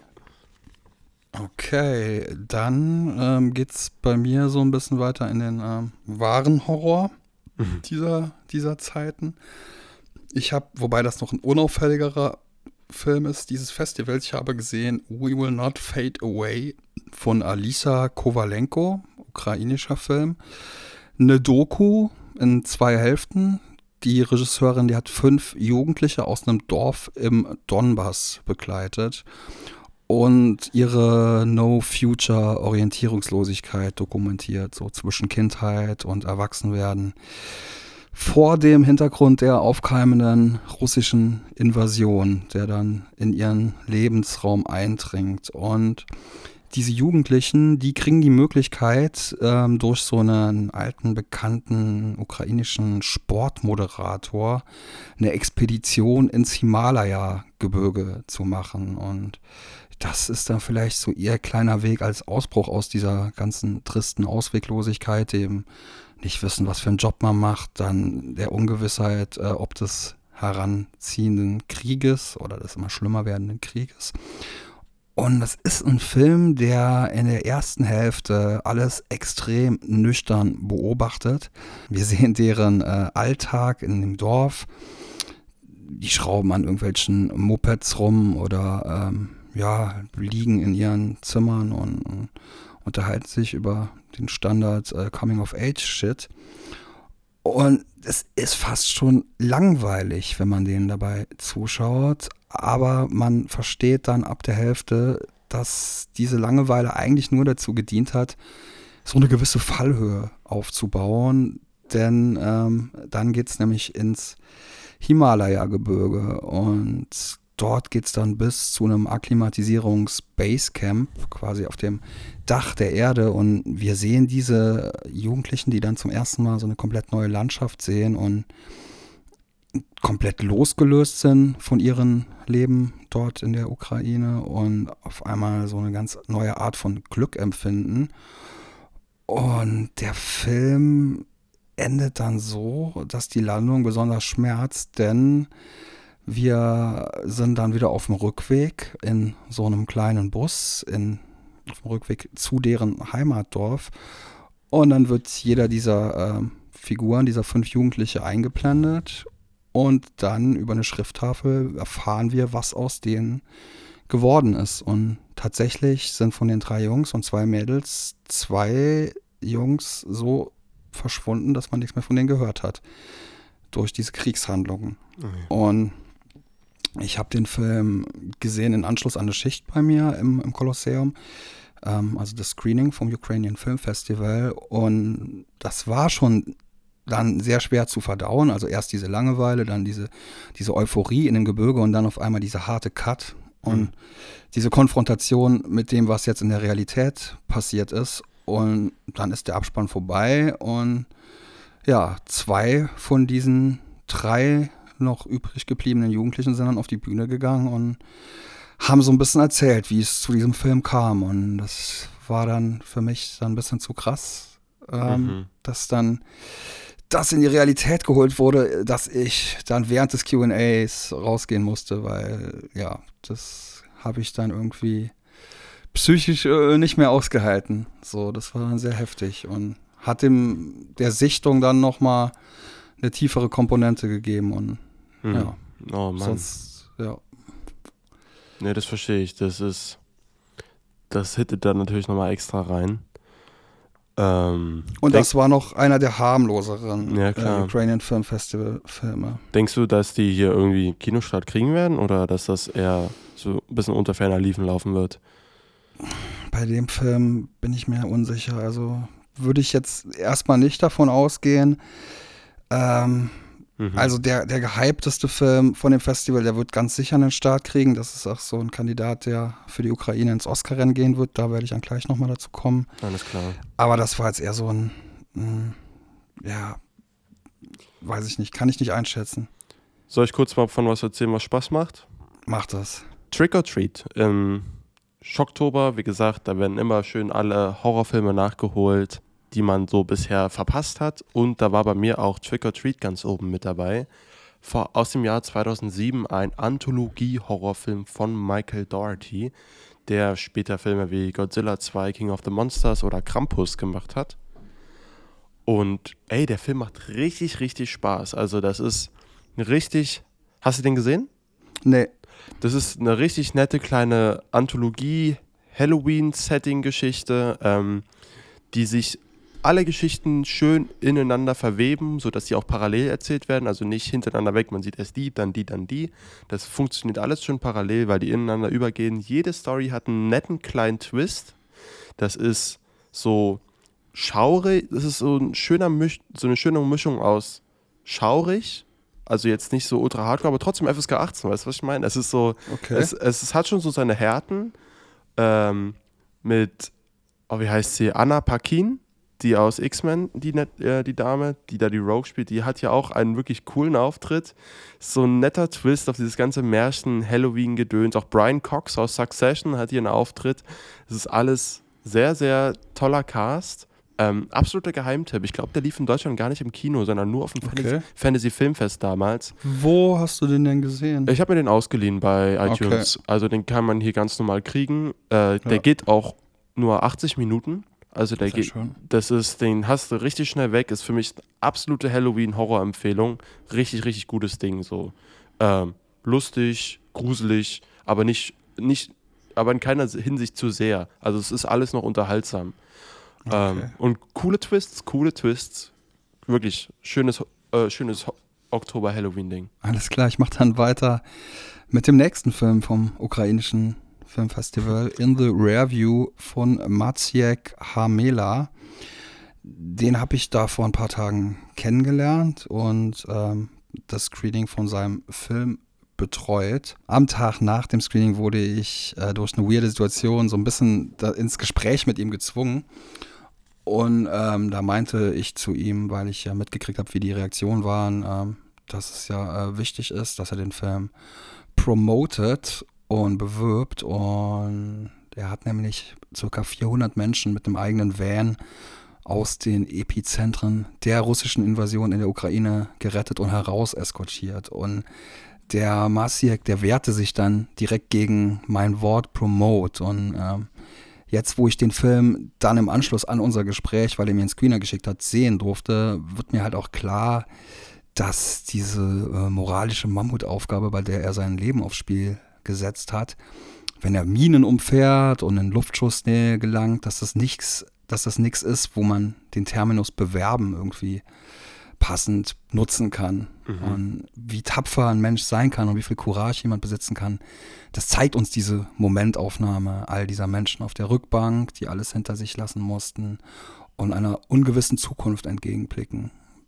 Okay, dann ähm, geht's bei mir so ein bisschen weiter in den ähm, wahren Horror mhm. dieser, dieser Zeiten. Ich habe, wobei das noch ein unauffälligerer Film ist dieses Festivals. Ich habe gesehen We Will Not Fade Away von Alisa Kovalenko, ukrainischer Film. Eine Doku in zwei Hälften. Die Regisseurin, die hat fünf Jugendliche aus einem Dorf im Donbass begleitet und ihre No-Future-Orientierungslosigkeit dokumentiert, so zwischen Kindheit und Erwachsenwerden. Vor dem Hintergrund der aufkeimenden russischen Invasion, der dann in ihren Lebensraum eindringt. Und diese Jugendlichen, die kriegen die Möglichkeit, ähm, durch so einen alten, bekannten ukrainischen Sportmoderator eine Expedition ins Himalaya-Gebirge zu machen. Und das ist dann vielleicht so ihr kleiner Weg als Ausbruch aus dieser ganzen tristen Ausweglosigkeit, dem nicht wissen, was für einen Job man macht, dann der Ungewissheit, äh, ob des heranziehenden Krieges oder des immer schlimmer werdenden Krieges. Und das ist ein Film, der in der ersten Hälfte alles extrem nüchtern beobachtet. Wir sehen deren äh, Alltag in dem Dorf. Die schrauben an irgendwelchen Mopeds rum oder ähm, ja, liegen in ihren Zimmern und, und unterhalten sich über den Standard äh, Coming-of-Age-Shit. Und es ist fast schon langweilig, wenn man denen dabei zuschaut. Aber man versteht dann ab der Hälfte, dass diese Langeweile eigentlich nur dazu gedient hat, so eine gewisse Fallhöhe aufzubauen. Denn ähm, dann geht es nämlich ins Himalaya-Gebirge und dort geht es dann bis zu einem Akklimatisierungs-Basecamp, quasi auf dem Dach der Erde. Und wir sehen diese Jugendlichen, die dann zum ersten Mal so eine komplett neue Landschaft sehen und komplett losgelöst sind von ihrem Leben dort in der Ukraine und auf einmal so eine ganz neue Art von Glück empfinden. Und der Film endet dann so, dass die Landung besonders schmerzt, denn wir sind dann wieder auf dem Rückweg in so einem kleinen Bus, in, auf dem Rückweg zu deren Heimatdorf. Und dann wird jeder dieser äh, Figuren, dieser fünf Jugendliche eingeblendet. Und dann über eine Schrifttafel erfahren wir, was aus denen geworden ist. Und tatsächlich sind von den drei Jungs und zwei Mädels zwei Jungs so verschwunden, dass man nichts mehr von denen gehört hat. Durch diese Kriegshandlungen. Okay. Und ich habe den Film gesehen in Anschluss an eine Schicht bei mir im, im Kolosseum, ähm, also das Screening vom Ukrainian Film Festival. Und das war schon dann sehr schwer zu verdauen. Also erst diese Langeweile, dann diese, diese Euphorie in dem Gebirge und dann auf einmal dieser harte Cut und mhm. diese Konfrontation mit dem, was jetzt in der Realität passiert ist. Und dann ist der Abspann vorbei und ja, zwei von diesen drei noch übrig gebliebenen Jugendlichen sind dann auf die Bühne gegangen und haben so ein bisschen erzählt, wie es zu diesem Film kam. Und das war dann für mich dann ein bisschen zu krass, ähm, mhm. dass dann das in die Realität geholt wurde, dass ich dann während des Q and A's rausgehen musste, weil ja, das habe ich dann irgendwie psychisch äh, nicht mehr ausgehalten. So, das war dann sehr heftig und hat dem der Sichtung dann nochmal eine tiefere Komponente gegeben und mhm. ja, oh Mann. Sonst, ja. Ne, das verstehe ich. Das ist, das hittet dann natürlich nochmal extra rein. Ähm, und das war noch einer der harmloseren ja, klar. äh, Ukrainian Film Festival Filme. Denkst du, dass die hier irgendwie Kinostart kriegen werden oder dass das eher so ein bisschen unter ferner Liefen laufen wird? Bei dem Film bin ich mir unsicher. Also würde ich jetzt erstmal nicht davon ausgehen. Ähm, mhm. Also der, der gehypteste Film von dem Festival, der wird ganz sicher einen Start kriegen. Das ist auch so ein Kandidat, der für die Ukraine ins Oscar-Rennen gehen wird. Da werde ich dann gleich nochmal dazu kommen. Alles klar. Aber das war jetzt eher so ein, ein, ja, weiß ich nicht, kann ich nicht einschätzen. Soll ich kurz mal von was erzählen, was Spaß macht? Mach das. Trick or Treat. Im Schocktober, wie gesagt, da werden immer schön alle Horrorfilme nachgeholt, die man so bisher verpasst hat. Und da war bei mir auch Trick or Treat ganz oben mit dabei. Vor, aus dem Jahr zweitausendsieben ein Anthologie-Horrorfilm von Michael Dougherty, der später Filme wie Godzilla zwei, King of the Monsters oder Krampus gemacht hat. Und ey, der Film macht richtig, richtig Spaß. Also das ist richtig... Hast du den gesehen? Nee. Das ist eine richtig nette kleine Anthologie-Halloween-Setting-Geschichte, ähm, die sich alle Geschichten schön ineinander verweben, sodass sie auch parallel erzählt werden, also nicht hintereinander weg, man sieht erst die, dann die, dann die. Das funktioniert alles schön parallel, weil die ineinander übergehen. Jede Story hat einen netten kleinen Twist. Das ist so schaurig, das ist so, ein schöner Misch, so eine schöne Mischung aus schaurig, also jetzt nicht so ultra hardcore, aber trotzdem F S K achtzehn, weißt du, was ich meine? Es ist so, okay. es, es, es hat schon so seine Härten ähm, mit, oh, wie heißt sie, Anna Paquin, die aus X-Men, die, äh, die Dame, die da die Rogue spielt, die hat ja auch einen wirklich coolen Auftritt. So ein netter Twist auf dieses ganze Märchen-Halloween-Gedöns. Auch Brian Cox aus Succession hat hier einen Auftritt. Es ist alles sehr, sehr toller Cast. Ähm, absoluter Geheimtipp. Ich glaube, der lief in Deutschland gar nicht im Kino, sondern nur auf dem okay. Fantasy-Filmfest damals. Wo hast du den denn gesehen? Ich habe mir den ausgeliehen bei iTunes. Okay. Also den kann man hier ganz normal kriegen. Äh, der ja. geht auch nur achtzig Minuten. Also der geht, das ist, den hast du richtig schnell weg. Ist für mich eine absolute Halloween-Horror-Empfehlung. Richtig, richtig gutes Ding. So ähm, lustig, gruselig, aber nicht, nicht, aber in keiner Hinsicht zu sehr. Also es ist alles noch unterhaltsam. Okay. Ähm, und coole Twists, coole Twists. Wirklich schönes, äh, schönes Oktober-Halloween-Ding. Alles klar, ich mache dann weiter mit dem nächsten Film vom ukrainischen Filmfestival, In the Rearview von Maciek Hamela. Den habe ich da vor ein paar Tagen kennengelernt und ähm, das Screening von seinem Film betreut. Am Tag nach dem Screening wurde ich äh, durch eine weirde Situation so ein bisschen da ins Gespräch mit ihm gezwungen. Und ähm, da meinte ich zu ihm, weil ich ja mitgekriegt habe, wie die Reaktionen waren, ähm, dass es ja äh, wichtig ist, dass er den Film promotet und bewirbt. Und er hat nämlich ca. vierhundert Menschen mit dem eigenen Van aus den Epizentren der russischen Invasion in der Ukraine gerettet und heraus eskortiert. Und der Maciek, der wehrte sich dann direkt gegen mein Wort Promote. Und ähm, jetzt, wo ich den Film dann im Anschluss an unser Gespräch, weil er mir einen Screener geschickt hat, sehen durfte, wird mir halt auch klar, dass diese äh, moralische Mammutaufgabe, bei der er sein Leben aufs Spiel gesetzt hat, wenn er Minen umfährt und in Luftschussnähe gelangt, dass das nichts, dass das nichts ist, wo man den Terminus bewerben irgendwie passend nutzen kann. Mhm. Und wie tapfer ein Mensch sein kann und wie viel Courage jemand besitzen kann, das zeigt uns diese Momentaufnahme all dieser Menschen auf der Rückbank, die alles hinter sich lassen mussten und einer ungewissen Zukunft entgegenblicken.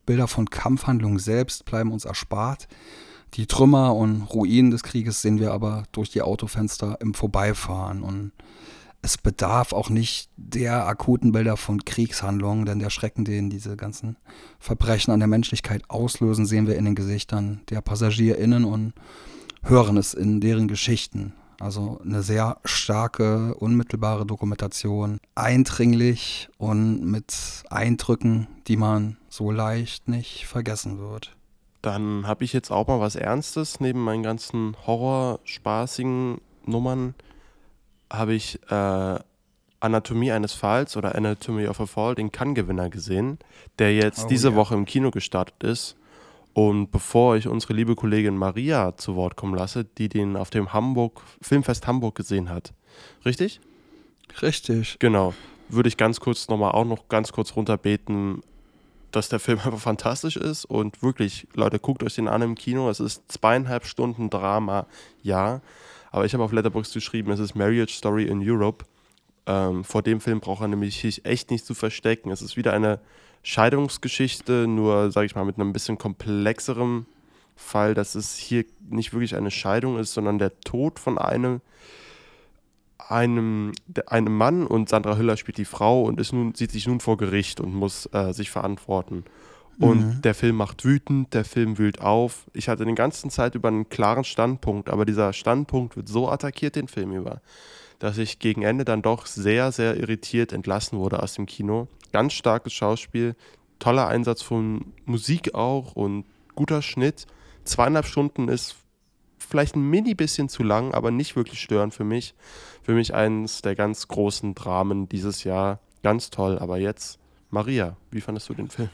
Bilder von Kampfhandlungen selbst bleiben uns erspart. Die Trümmer und Ruinen des Krieges sehen wir aber durch die Autofenster im Vorbeifahren. Und es bedarf auch nicht der akuten Bilder von Kriegshandlungen, denn der Schrecken, den diese ganzen Verbrechen an der Menschlichkeit auslösen, sehen wir in den Gesichtern der PassagierInnen und hören es in deren Geschichten. Also eine sehr starke, unmittelbare Dokumentation, eindringlich und mit Eindrücken, die man so leicht nicht vergessen wird. Dann habe ich jetzt auch mal was Ernstes. Neben meinen ganzen horrorspaßigen Nummern habe ich äh, Anatomie eines Falls oder Anatomy of a Fall, den Cannes-Gewinner gesehen, der jetzt Oh, diese ja. Woche im Kino gestartet ist. Und bevor ich unsere liebe Kollegin Maria zu Wort kommen lasse, die den auf dem Hamburg Filmfest Hamburg gesehen hat. Richtig? Richtig. Genau. Würde ich ganz kurz nochmal auch noch ganz kurz runterbeten, dass der Film einfach fantastisch ist und wirklich, Leute, guckt euch den an im Kino. Es ist zweieinhalb Stunden Drama, ja. Aber ich habe auf Letterboxd geschrieben, es ist Marriage Story in Europe. Ähm, vor dem Film braucht er nämlich sich echt nicht zu verstecken. Es ist wieder eine Scheidungsgeschichte, nur, sage ich mal, mit einem bisschen komplexerem Fall, dass es hier nicht wirklich eine Scheidung ist, sondern der Tod von einem, einem, einem Mann, und Sandra Hüller spielt die Frau und ist nun, sieht sich nun vor Gericht und muss äh, sich verantworten. Und mhm. der Film macht wütend, der Film wühlt auf. Ich hatte die ganze Zeit über einen klaren Standpunkt, aber dieser Standpunkt wird so attackiert den Film über, dass ich gegen Ende dann doch sehr, sehr irritiert entlassen wurde aus dem Kino. Ganz starkes Schauspiel, toller Einsatz von Musik auch und guter Schnitt. Zweieinhalb Stunden ist vielleicht ein mini bisschen zu lang, aber nicht wirklich störend für mich. Für mich eines der ganz großen Dramen dieses Jahr. Ganz toll, aber jetzt, Maria, wie fandest du den Film?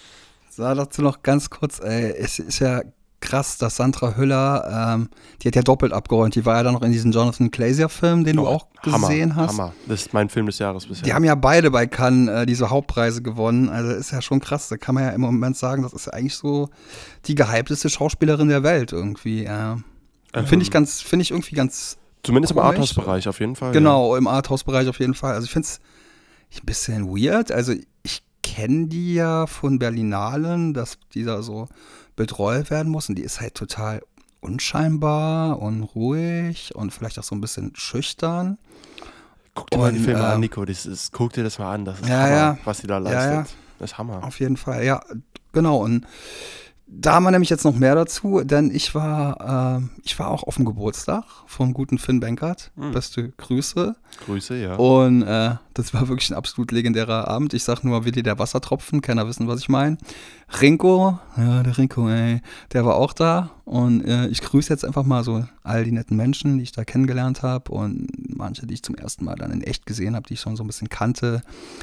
Sag dazu noch ganz kurz, ey, es ist ja krass, dass Sandra Hüller, ähm, die hat ja doppelt abgeräumt. Die war ja dann noch in diesem Jonathan Glazer-Film, den oh, du auch gesehen Hammer, hast. Hammer, das ist mein Film des Jahres bisher. Die haben ja beide bei Cannes äh, diese Hauptpreise gewonnen. Also ist ja schon krass. Da kann man ja im Moment sagen, das ist ja eigentlich so die gehypteste Schauspielerin der Welt irgendwie. Äh. Ähm, finde ich ganz, finde ich irgendwie ganz Zumindest komisch. im Arthouse-Bereich auf jeden Fall. Genau, ja. im Arthouse-Bereich auf jeden Fall. Also ich finde es ein bisschen weird. Also ich kenne die ja von Berlinalen, dass die da so betreut werden muss. Und die ist halt total unscheinbar und ruhig und vielleicht auch so ein bisschen schüchtern. Guck dir und, mal die Filme ähm, an, Nico. Das ist, guck dir das mal an. Das ist ja, Hammer, ja. was sie da leistet. Ja, ja. Das ist Hammer. Auf jeden Fall, ja. Genau. Und da haben wir nämlich jetzt noch mehr dazu, denn ich war, äh, ich war auch auf dem Geburtstag vom guten Finn Benkert. Mhm. Beste Grüße. Grüße, ja. Und äh, das war wirklich ein absolut legendärer Abend. Ich sag nur Willi der Wassertropfen, keiner wissen, was ich meine. Rinko, ja, der Rinko, ey, der war auch da. Und äh, ich grüße jetzt einfach mal so all die netten Menschen, die ich da kennengelernt habe und manche, die ich zum ersten Mal dann in echt gesehen habe, die ich schon so ein bisschen kannte.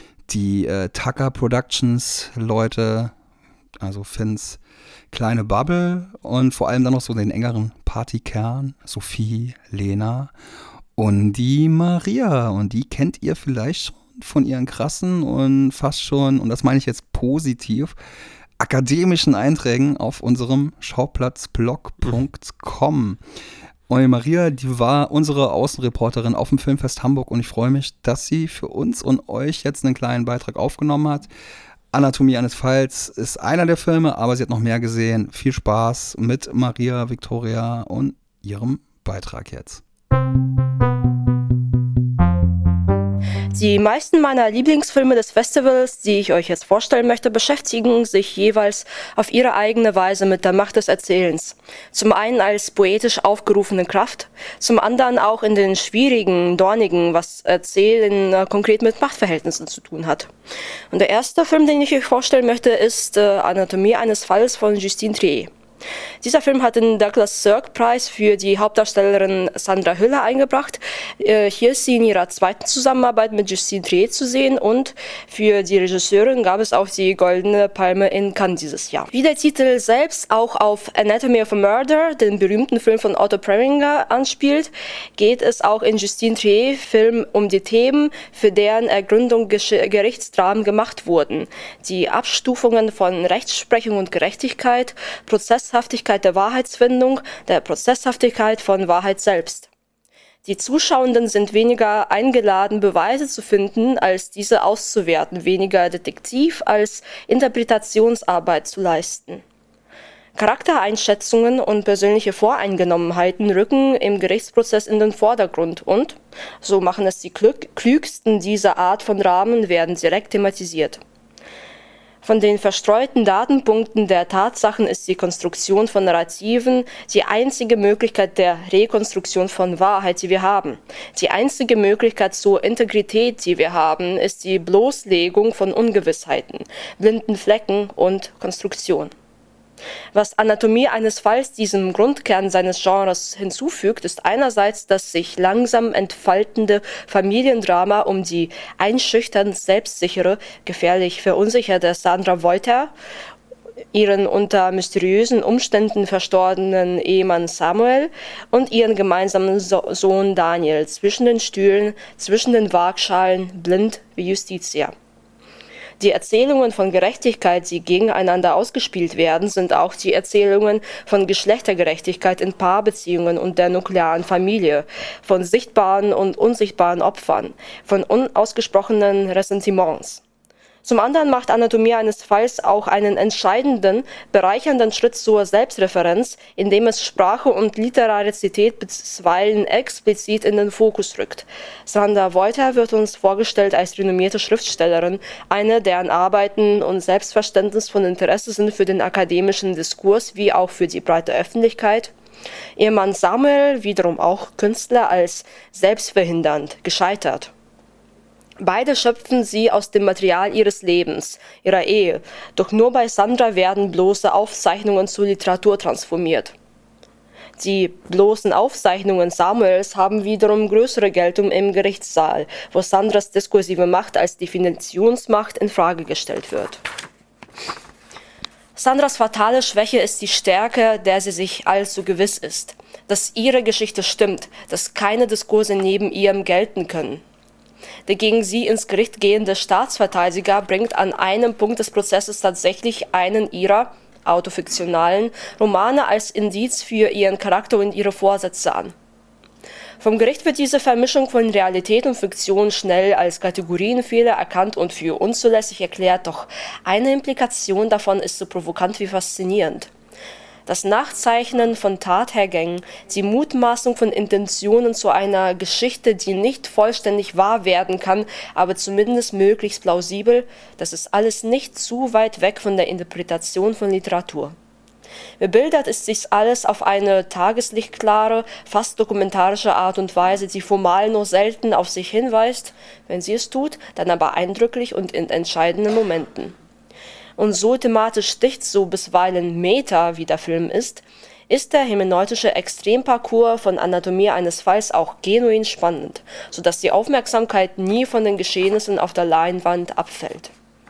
Die äh, Tucker Productions Leute, also Finns kleine Bubble und vor allem dann noch so den engeren Partykern, Sophie, Lena und die Maria. Und die kennt ihr vielleicht schon von ihren krassen und fast schon, und das meine ich jetzt positiv, akademischen Einträgen auf unserem Schauplatzblog punkt com. Und die Maria, die war unsere Außenreporterin auf dem Filmfest Hamburg und ich freue mich, dass sie für uns und euch jetzt einen kleinen Beitrag aufgenommen hat. Anatomie eines Falls ist einer der Filme, aber sie hat noch mehr gesehen. Viel Spaß mit Maria Victoria und ihrem Beitrag jetzt. Die meisten meiner Lieblingsfilme des Festivals, die ich euch jetzt vorstellen möchte, beschäftigen sich jeweils auf ihre eigene Weise mit der Macht des Erzählens. Zum einen als poetisch aufgerufene Kraft, zum anderen auch in den schwierigen, dornigen, was Erzählen äh, konkret mit Machtverhältnissen zu tun hat. Und der erste Film, den ich euch vorstellen möchte, ist äh, Anatomie eines Falls von Justine Triet. Dieser Film hat den Douglas Sirk-Preis für die Hauptdarstellerin Sandra Hüller eingebracht. Hier ist sie in ihrer zweiten Zusammenarbeit mit Justine Triet zu sehen und für die Regisseurin gab es auch die Goldene Palme in Cannes dieses Jahr. Wie der Titel selbst auch auf Anatomy of a Murder, den berühmten Film von Otto Preminger, anspielt, geht es auch in Justine Triet Film um die Themen, für deren Ergründung Gerichtsdramen gemacht wurden. Die Abstufungen von Rechtsprechung und Gerechtigkeit, Prozess Prozesshaftigkeit der Wahrheitsfindung, der Prozesshaftigkeit von Wahrheit selbst. Die Zuschauenden sind weniger eingeladen, Beweise zu finden, als diese auszuwerten, weniger Detektiv als Interpretationsarbeit zu leisten. Charaktereinschätzungen und persönliche Voreingenommenheiten rücken im Gerichtsprozess in den Vordergrund und, so machen es die klügsten dieser Art von Rahmen, werden direkt thematisiert. Von den verstreuten Datenpunkten der Tatsachen ist die Konstruktion von Narrativen die einzige Möglichkeit der Rekonstruktion von Wahrheit, die wir haben. Die einzige Möglichkeit zur Integrität, die wir haben, ist die Bloßlegung von Ungewissheiten, blinden Flecken und Konstruktion. Was Anatomie eines Falls diesem Grundkern seines Genres hinzufügt, ist einerseits das sich langsam entfaltende Familiendrama um die einschüchternd selbstsichere, gefährlich verunsicherte Sandra Wolter, ihren unter mysteriösen Umständen verstorbenen Ehemann Samuel und ihren gemeinsamen so- Sohn Daniel zwischen den Stühlen, zwischen den Waagschalen, blind wie Justitia. Die Erzählungen von Gerechtigkeit, die gegeneinander ausgespielt werden, sind auch die Erzählungen von Geschlechtergerechtigkeit in Paarbeziehungen und der nuklearen Familie, von sichtbaren und unsichtbaren Opfern, von unausgesprochenen Ressentiments. Zum anderen macht Anatomie eines Falls auch einen entscheidenden, bereichernden Schritt zur Selbstreferenz, indem es Sprache und Literarizität bisweilen explizit in den Fokus rückt. Sandra Wolter wird uns vorgestellt als renommierte Schriftstellerin, eine, deren Arbeiten und Selbstverständnis von Interesse sind für den akademischen Diskurs wie auch für die breite Öffentlichkeit. Ihr Mann Samuel, wiederum auch Künstler, als selbstverhindernd, gescheitert. Beide schöpfen sie aus dem Material ihres Lebens, ihrer Ehe, doch nur bei Sandra werden bloße Aufzeichnungen zur Literatur transformiert. Die bloßen Aufzeichnungen Samuels haben wiederum größere Geltung im Gerichtssaal, wo Sandras diskursive Macht als Definitionsmacht in Frage gestellt wird. Sandras fatale Schwäche ist die Stärke, der sie sich allzu gewiss ist, dass ihre Geschichte stimmt, dass keine Diskurse neben ihrem gelten können. Der gegen sie ins Gericht gehende Staatsverteidiger bringt an einem Punkt des Prozesses tatsächlich einen ihrer autofiktionalen Romane als Indiz für ihren Charakter und ihre Vorsätze an. Vom Gericht wird diese Vermischung von Realität und Fiktion schnell als Kategorienfehler erkannt und für unzulässig erklärt, doch eine Implikation davon ist so provokant wie faszinierend. Das Nachzeichnen von Tathergängen, die Mutmaßung von Intentionen zu einer Geschichte, die nicht vollständig wahr werden kann, aber zumindest möglichst plausibel, das ist alles nicht zu weit weg von der Interpretation von Literatur. Bebildert ist dies alles auf eine tageslichtklare, fast dokumentarische Art und Weise, die formal nur selten auf sich hinweist, wenn sie es tut, dann aber eindrücklich und in entscheidenden Momenten. Und so thematisch dicht, so bisweilen Meta, wie der Film ist, ist der hermeneutische Extremparcours von Anatomie eines Falls auch genuin spannend, sodass die Aufmerksamkeit nie von den Geschehnissen auf der Leinwand abfällt.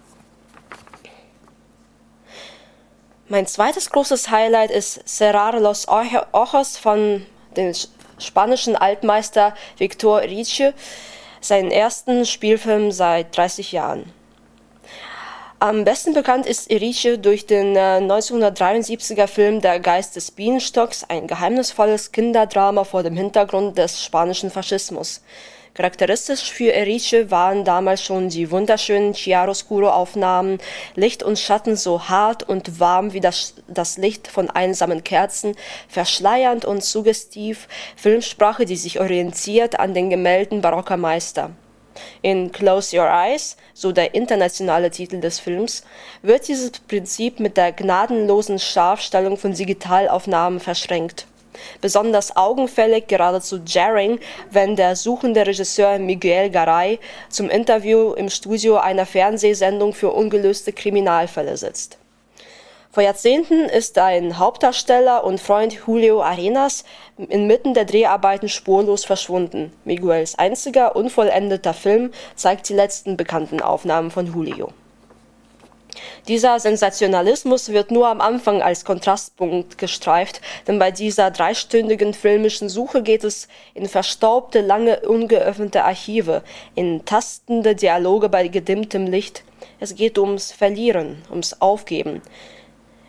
Mein zweites großes Highlight ist Cerrar los Ojos von dem spanischen Altmeister Víctor Erice, seinen ersten Spielfilm seit dreißig Jahren. Am besten bekannt ist Erice durch den äh, neunzehnhundertdreiundsiebziger Film Der Geist des Bienenstocks, ein geheimnisvolles Kinderdrama vor dem Hintergrund des spanischen Faschismus. Charakteristisch für Erice waren damals schon die wunderschönen Chiaroscuro-Aufnahmen, Licht und Schatten so hart und warm wie das, das Licht von einsamen Kerzen, verschleiernd und suggestiv, Filmsprache, die sich orientiert an den Gemälden barocker Meister. In Close Your Eyes, so der internationale Titel des Films, wird dieses Prinzip mit der gnadenlosen Scharfstellung von Digitalaufnahmen verschränkt. Besonders augenfällig, geradezu jarring, wenn der suchende Regisseur Miguel Garay zum Interview im Studio einer Fernsehsendung für ungelöste Kriminalfälle sitzt. Vor Jahrzehnten ist ein Hauptdarsteller und Freund Julio Arenas inmitten der Dreharbeiten spurlos verschwunden. Miguels einziger unvollendeter Film zeigt die letzten bekannten Aufnahmen von Julio. Dieser Sensationalismus wird nur am Anfang als Kontrastpunkt gestreift, denn bei dieser dreistündigen filmischen Suche geht es in verstaubte, lange ungeöffnete Archive, in tastende Dialoge bei gedimmtem Licht. Es geht ums Verlieren, ums Aufgeben.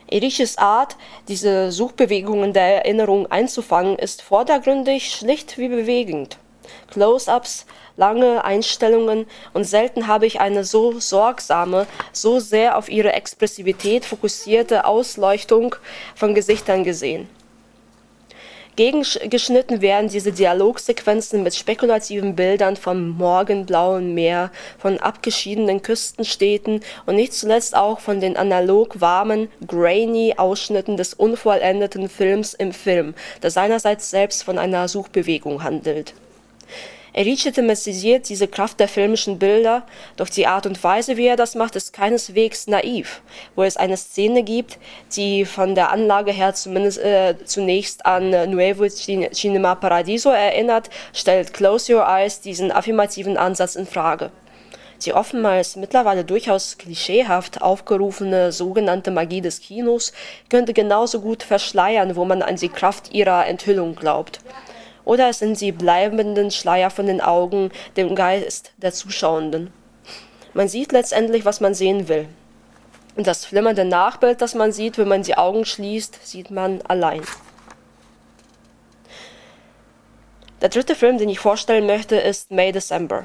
Erichs Art, diese Suchbewegungen der Erinnerung einzufangen, ist vordergründig schlicht wie bewegend. Close-ups, lange Einstellungen und selten habe ich eine so sorgsame, so sehr auf ihre Expressivität fokussierte Ausleuchtung von Gesichtern gesehen. Gegengeschnitten werden diese Dialogsequenzen mit spekulativen Bildern vom morgenblauen Meer, von abgeschiedenen Küstenstädten und nicht zuletzt auch von den analog warmen, grainy Ausschnitten des unvollendeten Films im Film, der seinerseits selbst von einer Suchbewegung handelt. Erice thematisiert diese Kraft der filmischen Bilder, doch die Art und Weise, wie er das macht, ist keineswegs naiv, wo es eine Szene gibt, die von der Anlage her zumindest äh, zunächst an Nuevo Cinema Paradiso erinnert, stellt Close Your Eyes diesen affirmativen Ansatz in Frage. Die oftmals mittlerweile durchaus klischeehaft aufgerufene sogenannte Magie des Kinos könnte genauso gut verschleiern, wo man an die Kraft ihrer Enthüllung glaubt. Oder es sind die bleibenden Schleier von den Augen, dem Geist der Zuschauenden. Man sieht letztendlich, was man sehen will. Und das flimmernde Nachbild, das man sieht, wenn man die Augen schließt, sieht man allein. Der dritte Film, den ich vorstellen möchte, ist May December.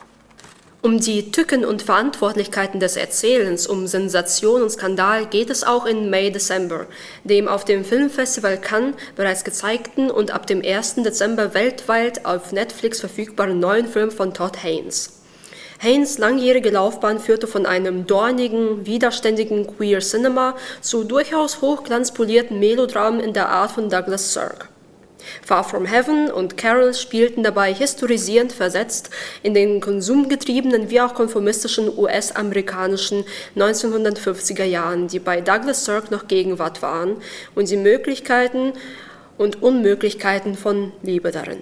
Um die Tücken und Verantwortlichkeiten des Erzählens, um Sensation und Skandal geht es auch in May December, dem auf dem Filmfestival Cannes bereits gezeigten und ab dem ersten Dezember weltweit auf Netflix verfügbaren neuen Film von Todd Haynes. Haynes' langjährige Laufbahn führte von einem dornigen, widerständigen Queer Cinema zu durchaus hochglanzpolierten Melodramen in der Art von Douglas Sirk. Far From Heaven und Carol spielten dabei historisierend versetzt in den konsumgetriebenen wie auch konformistischen U S-amerikanischen neunzehnhundertfünfziger Jahren, die bei Douglas Sirk noch Gegenwart waren, und die Möglichkeiten und Unmöglichkeiten von Liebe darin.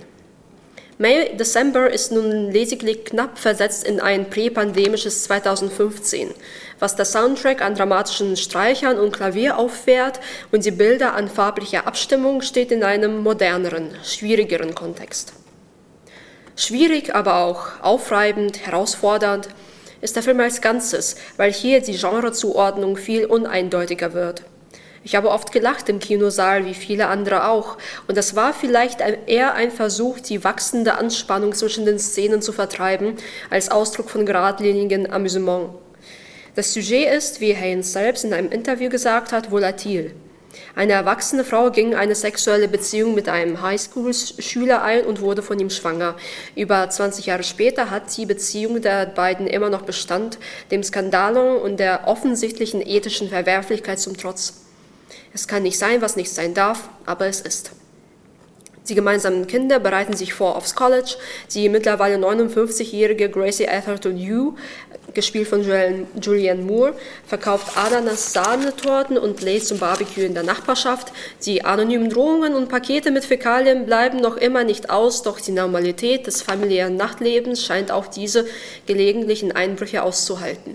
May December ist nun lediglich knapp versetzt in ein präpandemisches zweitausendfünfzehn, was der Soundtrack an dramatischen Streichern und Klavier auffährt und die Bilder an farblicher Abstimmung steht in einem moderneren, schwierigeren Kontext. Schwierig, aber auch aufreibend, herausfordernd ist der Film als Ganzes, weil hier die Genrezuordnung viel uneindeutiger wird. Ich habe oft gelacht im Kinosaal, wie viele andere auch, und das war vielleicht eher ein Versuch, die wachsende Anspannung zwischen den Szenen zu vertreiben, als Ausdruck von geradlinigem Amüsement. Das Sujet ist, wie Haynes selbst in einem Interview gesagt hat, volatil. Eine erwachsene Frau ging eine sexuelle Beziehung mit einem Highschool-Schüler ein und wurde von ihm schwanger. Über zwanzig Jahre später hat die Beziehung der beiden immer noch Bestand, dem Skandal und der offensichtlichen ethischen Verwerflichkeit zum Trotz. Es kann nicht sein, was nicht sein darf, aber es ist. Die gemeinsamen Kinder bereiten sich vor aufs College. Die mittlerweile neunundfünfzigjährige Gracie Atherton Yu, gespielt von Julianne Moore, verkauft Ananas-Sahnetorten und lädt zum Barbecue in der Nachbarschaft. Die anonymen Drohungen und Pakete mit Fäkalien bleiben noch immer nicht aus, doch die Normalität des familiären Nachtlebens scheint auch diese gelegentlichen Einbrüche auszuhalten.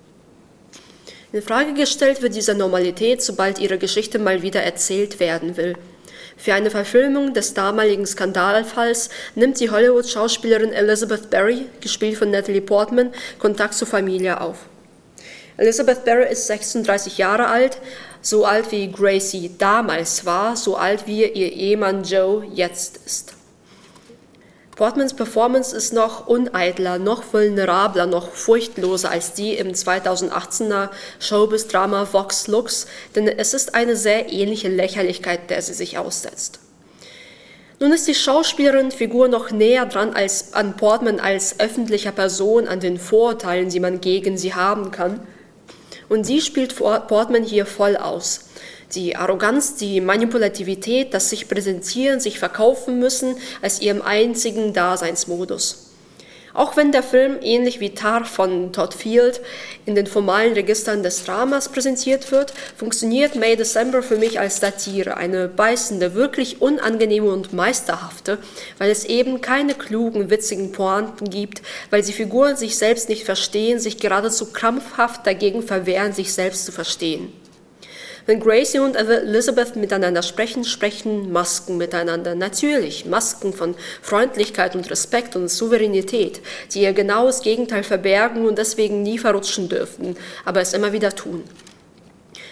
In Frage gestellt wird diese Normalität, sobald ihre Geschichte mal wieder erzählt werden will. Für eine Verfilmung des damaligen Skandalfalls nimmt die Hollywood-Schauspielerin Elizabeth Berry, gespielt von Natalie Portman, Kontakt zur Familie auf. Elizabeth Berry ist sechsunddreißig Jahre alt, so alt wie Gracie damals war, so alt wie ihr Ehemann Joe jetzt ist. Portmans Performance ist noch uneitler, noch vulnerabler, noch furchtloser als die im zweitausendachtzehner Showbiz-Drama Vox Lux, denn es ist eine sehr ähnliche Lächerlichkeit, der sie sich aussetzt. Nun ist die Schauspielerin-Figur noch näher dran als an Portman als öffentlicher Person, an den Vorurteilen, die man gegen sie haben kann. Und die spielt Portman hier voll aus. Die Arroganz, die Manipulativität, das sich präsentieren, sich verkaufen müssen, als ihrem einzigen Daseinsmodus. Auch wenn der Film, ähnlich wie Tar von Todd Field, in den formalen Registern des Dramas präsentiert wird, funktioniert May December für mich als Satire, eine beißende, wirklich unangenehme und meisterhafte, weil es eben keine klugen, witzigen Pointen gibt, weil die Figuren sich selbst nicht verstehen, sich geradezu krampfhaft dagegen verwehren, sich selbst zu verstehen. Wenn Gracie und Elizabeth miteinander sprechen, sprechen Masken miteinander. Natürlich, Masken von Freundlichkeit und Respekt und Souveränität, die ihr genaues Gegenteil verbergen und deswegen nie verrutschen dürfen, aber es immer wieder tun.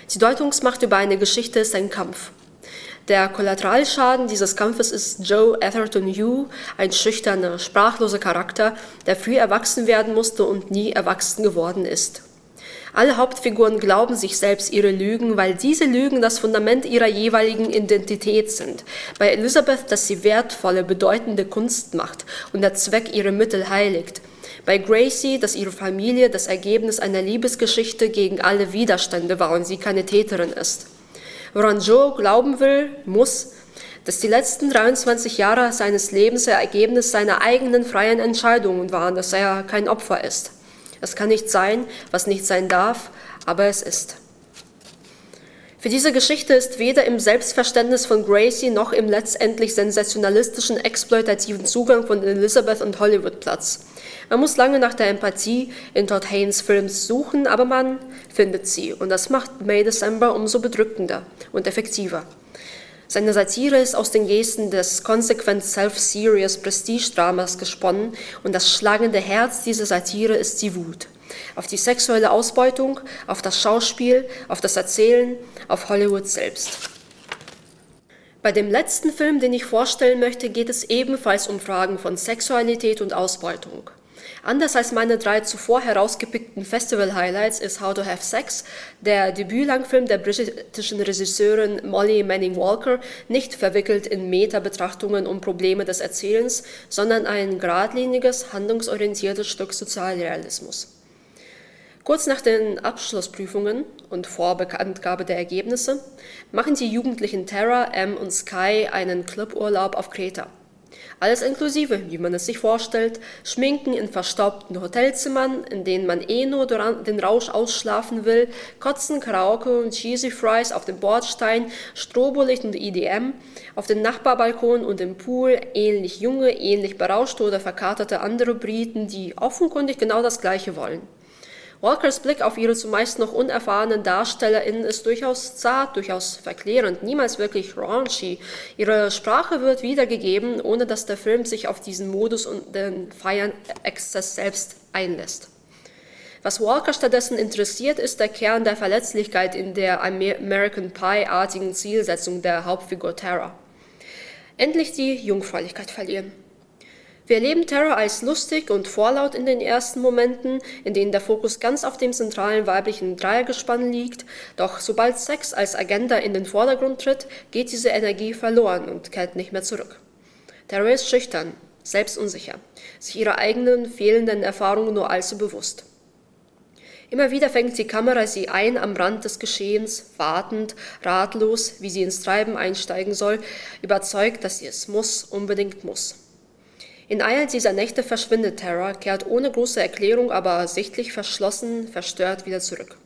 Die Deutungsmacht über eine Geschichte ist ein Kampf. Der Kollateralschaden dieses Kampfes ist Joe Atherton Yu, ein schüchterner, sprachloser Charakter, der früh erwachsen werden musste und nie erwachsen geworden ist. Alle Hauptfiguren glauben sich selbst ihre Lügen, weil diese Lügen das Fundament ihrer jeweiligen Identität sind. Bei Elizabeth, dass sie wertvolle, bedeutende Kunst macht und der Zweck ihre Mittel heiligt. Bei Gracie, dass ihre Familie das Ergebnis einer Liebesgeschichte gegen alle Widerstände war und sie keine Täterin ist. Woran Joe glauben will, muss, dass die letzten dreiundzwanzig Jahre seines Lebens das Ergebnis seiner eigenen freien Entscheidungen waren, dass er kein Opfer ist. Es kann nicht sein, was nicht sein darf, aber es ist. Für diese Geschichte ist weder im Selbstverständnis von Gracie noch im letztendlich sensationalistischen, exploitativen Zugang von Elizabeth und Hollywood Platz. Man muss lange nach der Empathie in Todd Haynes Films suchen, aber man findet sie und das macht May December umso bedrückender und effektiver. Seine Satire ist aus den Gesten des konsequent self-serious Prestige-Dramas gesponnen und das schlagende Herz dieser Satire ist die Wut. Auf die sexuelle Ausbeutung, auf das Schauspiel, auf das Erzählen, auf Hollywood selbst. Bei dem letzten Film, den ich vorstellen möchte, geht es ebenfalls um Fragen von Sexualität und Ausbeutung. Anders als meine drei zuvor herausgepickten Festival-Highlights ist How to Have Sex, der Debütlangfilm der britischen Regisseurin Molly Manning Walker, nicht verwickelt in Meta-Betrachtungen um Probleme des Erzählens, sondern ein geradliniges, handlungsorientiertes Stück Sozialrealismus. Kurz nach den Abschlussprüfungen und vor Bekanntgabe der Ergebnisse machen die Jugendlichen Tara, Em und Sky einen Cluburlaub auf Kreta. Alles inklusive, wie man es sich vorstellt, Schminken in verstaubten Hotelzimmern, in denen man eh nur den Rausch ausschlafen will, Kotzen, Karaoke und Cheesy Fries auf dem Bordstein, Strobolicht und E D M, auf den Nachbarbalkon und im Pool, ähnlich junge, ähnlich berauschte oder verkaterte andere Briten, die offenkundig genau das Gleiche wollen. Walkers Blick auf ihre zumeist noch unerfahrenen DarstellerInnen ist durchaus zart, durchaus verklärend, niemals wirklich raunchy. Ihre Sprache wird wiedergegeben, ohne dass der Film sich auf diesen Modus und den Feiern-Exzess selbst einlässt. Was Walker stattdessen interessiert, ist der Kern der Verletzlichkeit in der American Pie-artigen Zielsetzung der Hauptfigur Tara. Endlich die Jungfräulichkeit verlieren. Wir erleben Tara als lustig und vorlaut in den ersten Momenten, in denen der Fokus ganz auf dem zentralen weiblichen Dreiergespann liegt, doch sobald Sex als Agenda in den Vordergrund tritt, geht diese Energie verloren und kehrt nicht mehr zurück. Tara ist schüchtern, selbstunsicher, sich ihrer eigenen fehlenden Erfahrungen nur allzu bewusst. Immer wieder fängt die Kamera sie ein am Rand des Geschehens, wartend, ratlos, wie sie ins Treiben einsteigen soll, überzeugt, dass sie es muss, unbedingt muss. In einer dieser Nächte verschwindet Tara, kehrt ohne große Erklärung, aber sichtlich verschlossen, verstört wieder zurück.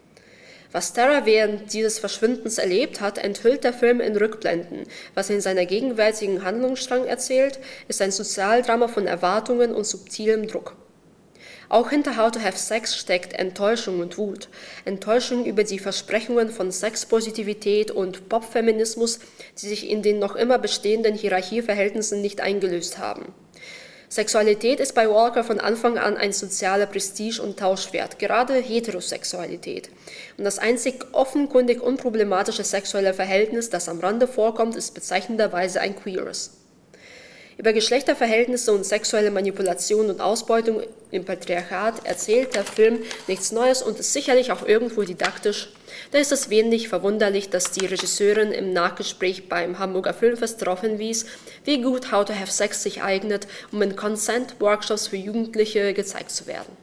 Was Tara während dieses Verschwindens erlebt hat, enthüllt der Film in Rückblenden. Was in seiner gegenwärtigen Handlungsstrang erzählt, ist ein Sozialdrama von Erwartungen und subtilem Druck. Auch hinter How to Have Sex steckt Enttäuschung und Wut. Enttäuschung über die Versprechungen von Sexpositivität und Popfeminismus, die sich in den noch immer bestehenden Hierarchieverhältnissen nicht eingelöst haben. Sexualität ist bei Walker von Anfang an ein sozialer Prestige- und Tauschwert, gerade Heterosexualität. Und das einzig offenkundig unproblematische sexuelle Verhältnis, das am Rande vorkommt, ist bezeichnenderweise ein queeres. Über Geschlechterverhältnisse und sexuelle Manipulation und Ausbeutung im Patriarchat erzählt der Film nichts Neues und ist sicherlich auch irgendwo didaktisch. Da ist es wenig verwunderlich, dass die Regisseurin im Nachgespräch beim Hamburger Filmfest darauf hinwies, wie gut How to Have Sex sich eignet, um in Consent-Workshops für Jugendliche gezeigt zu werden.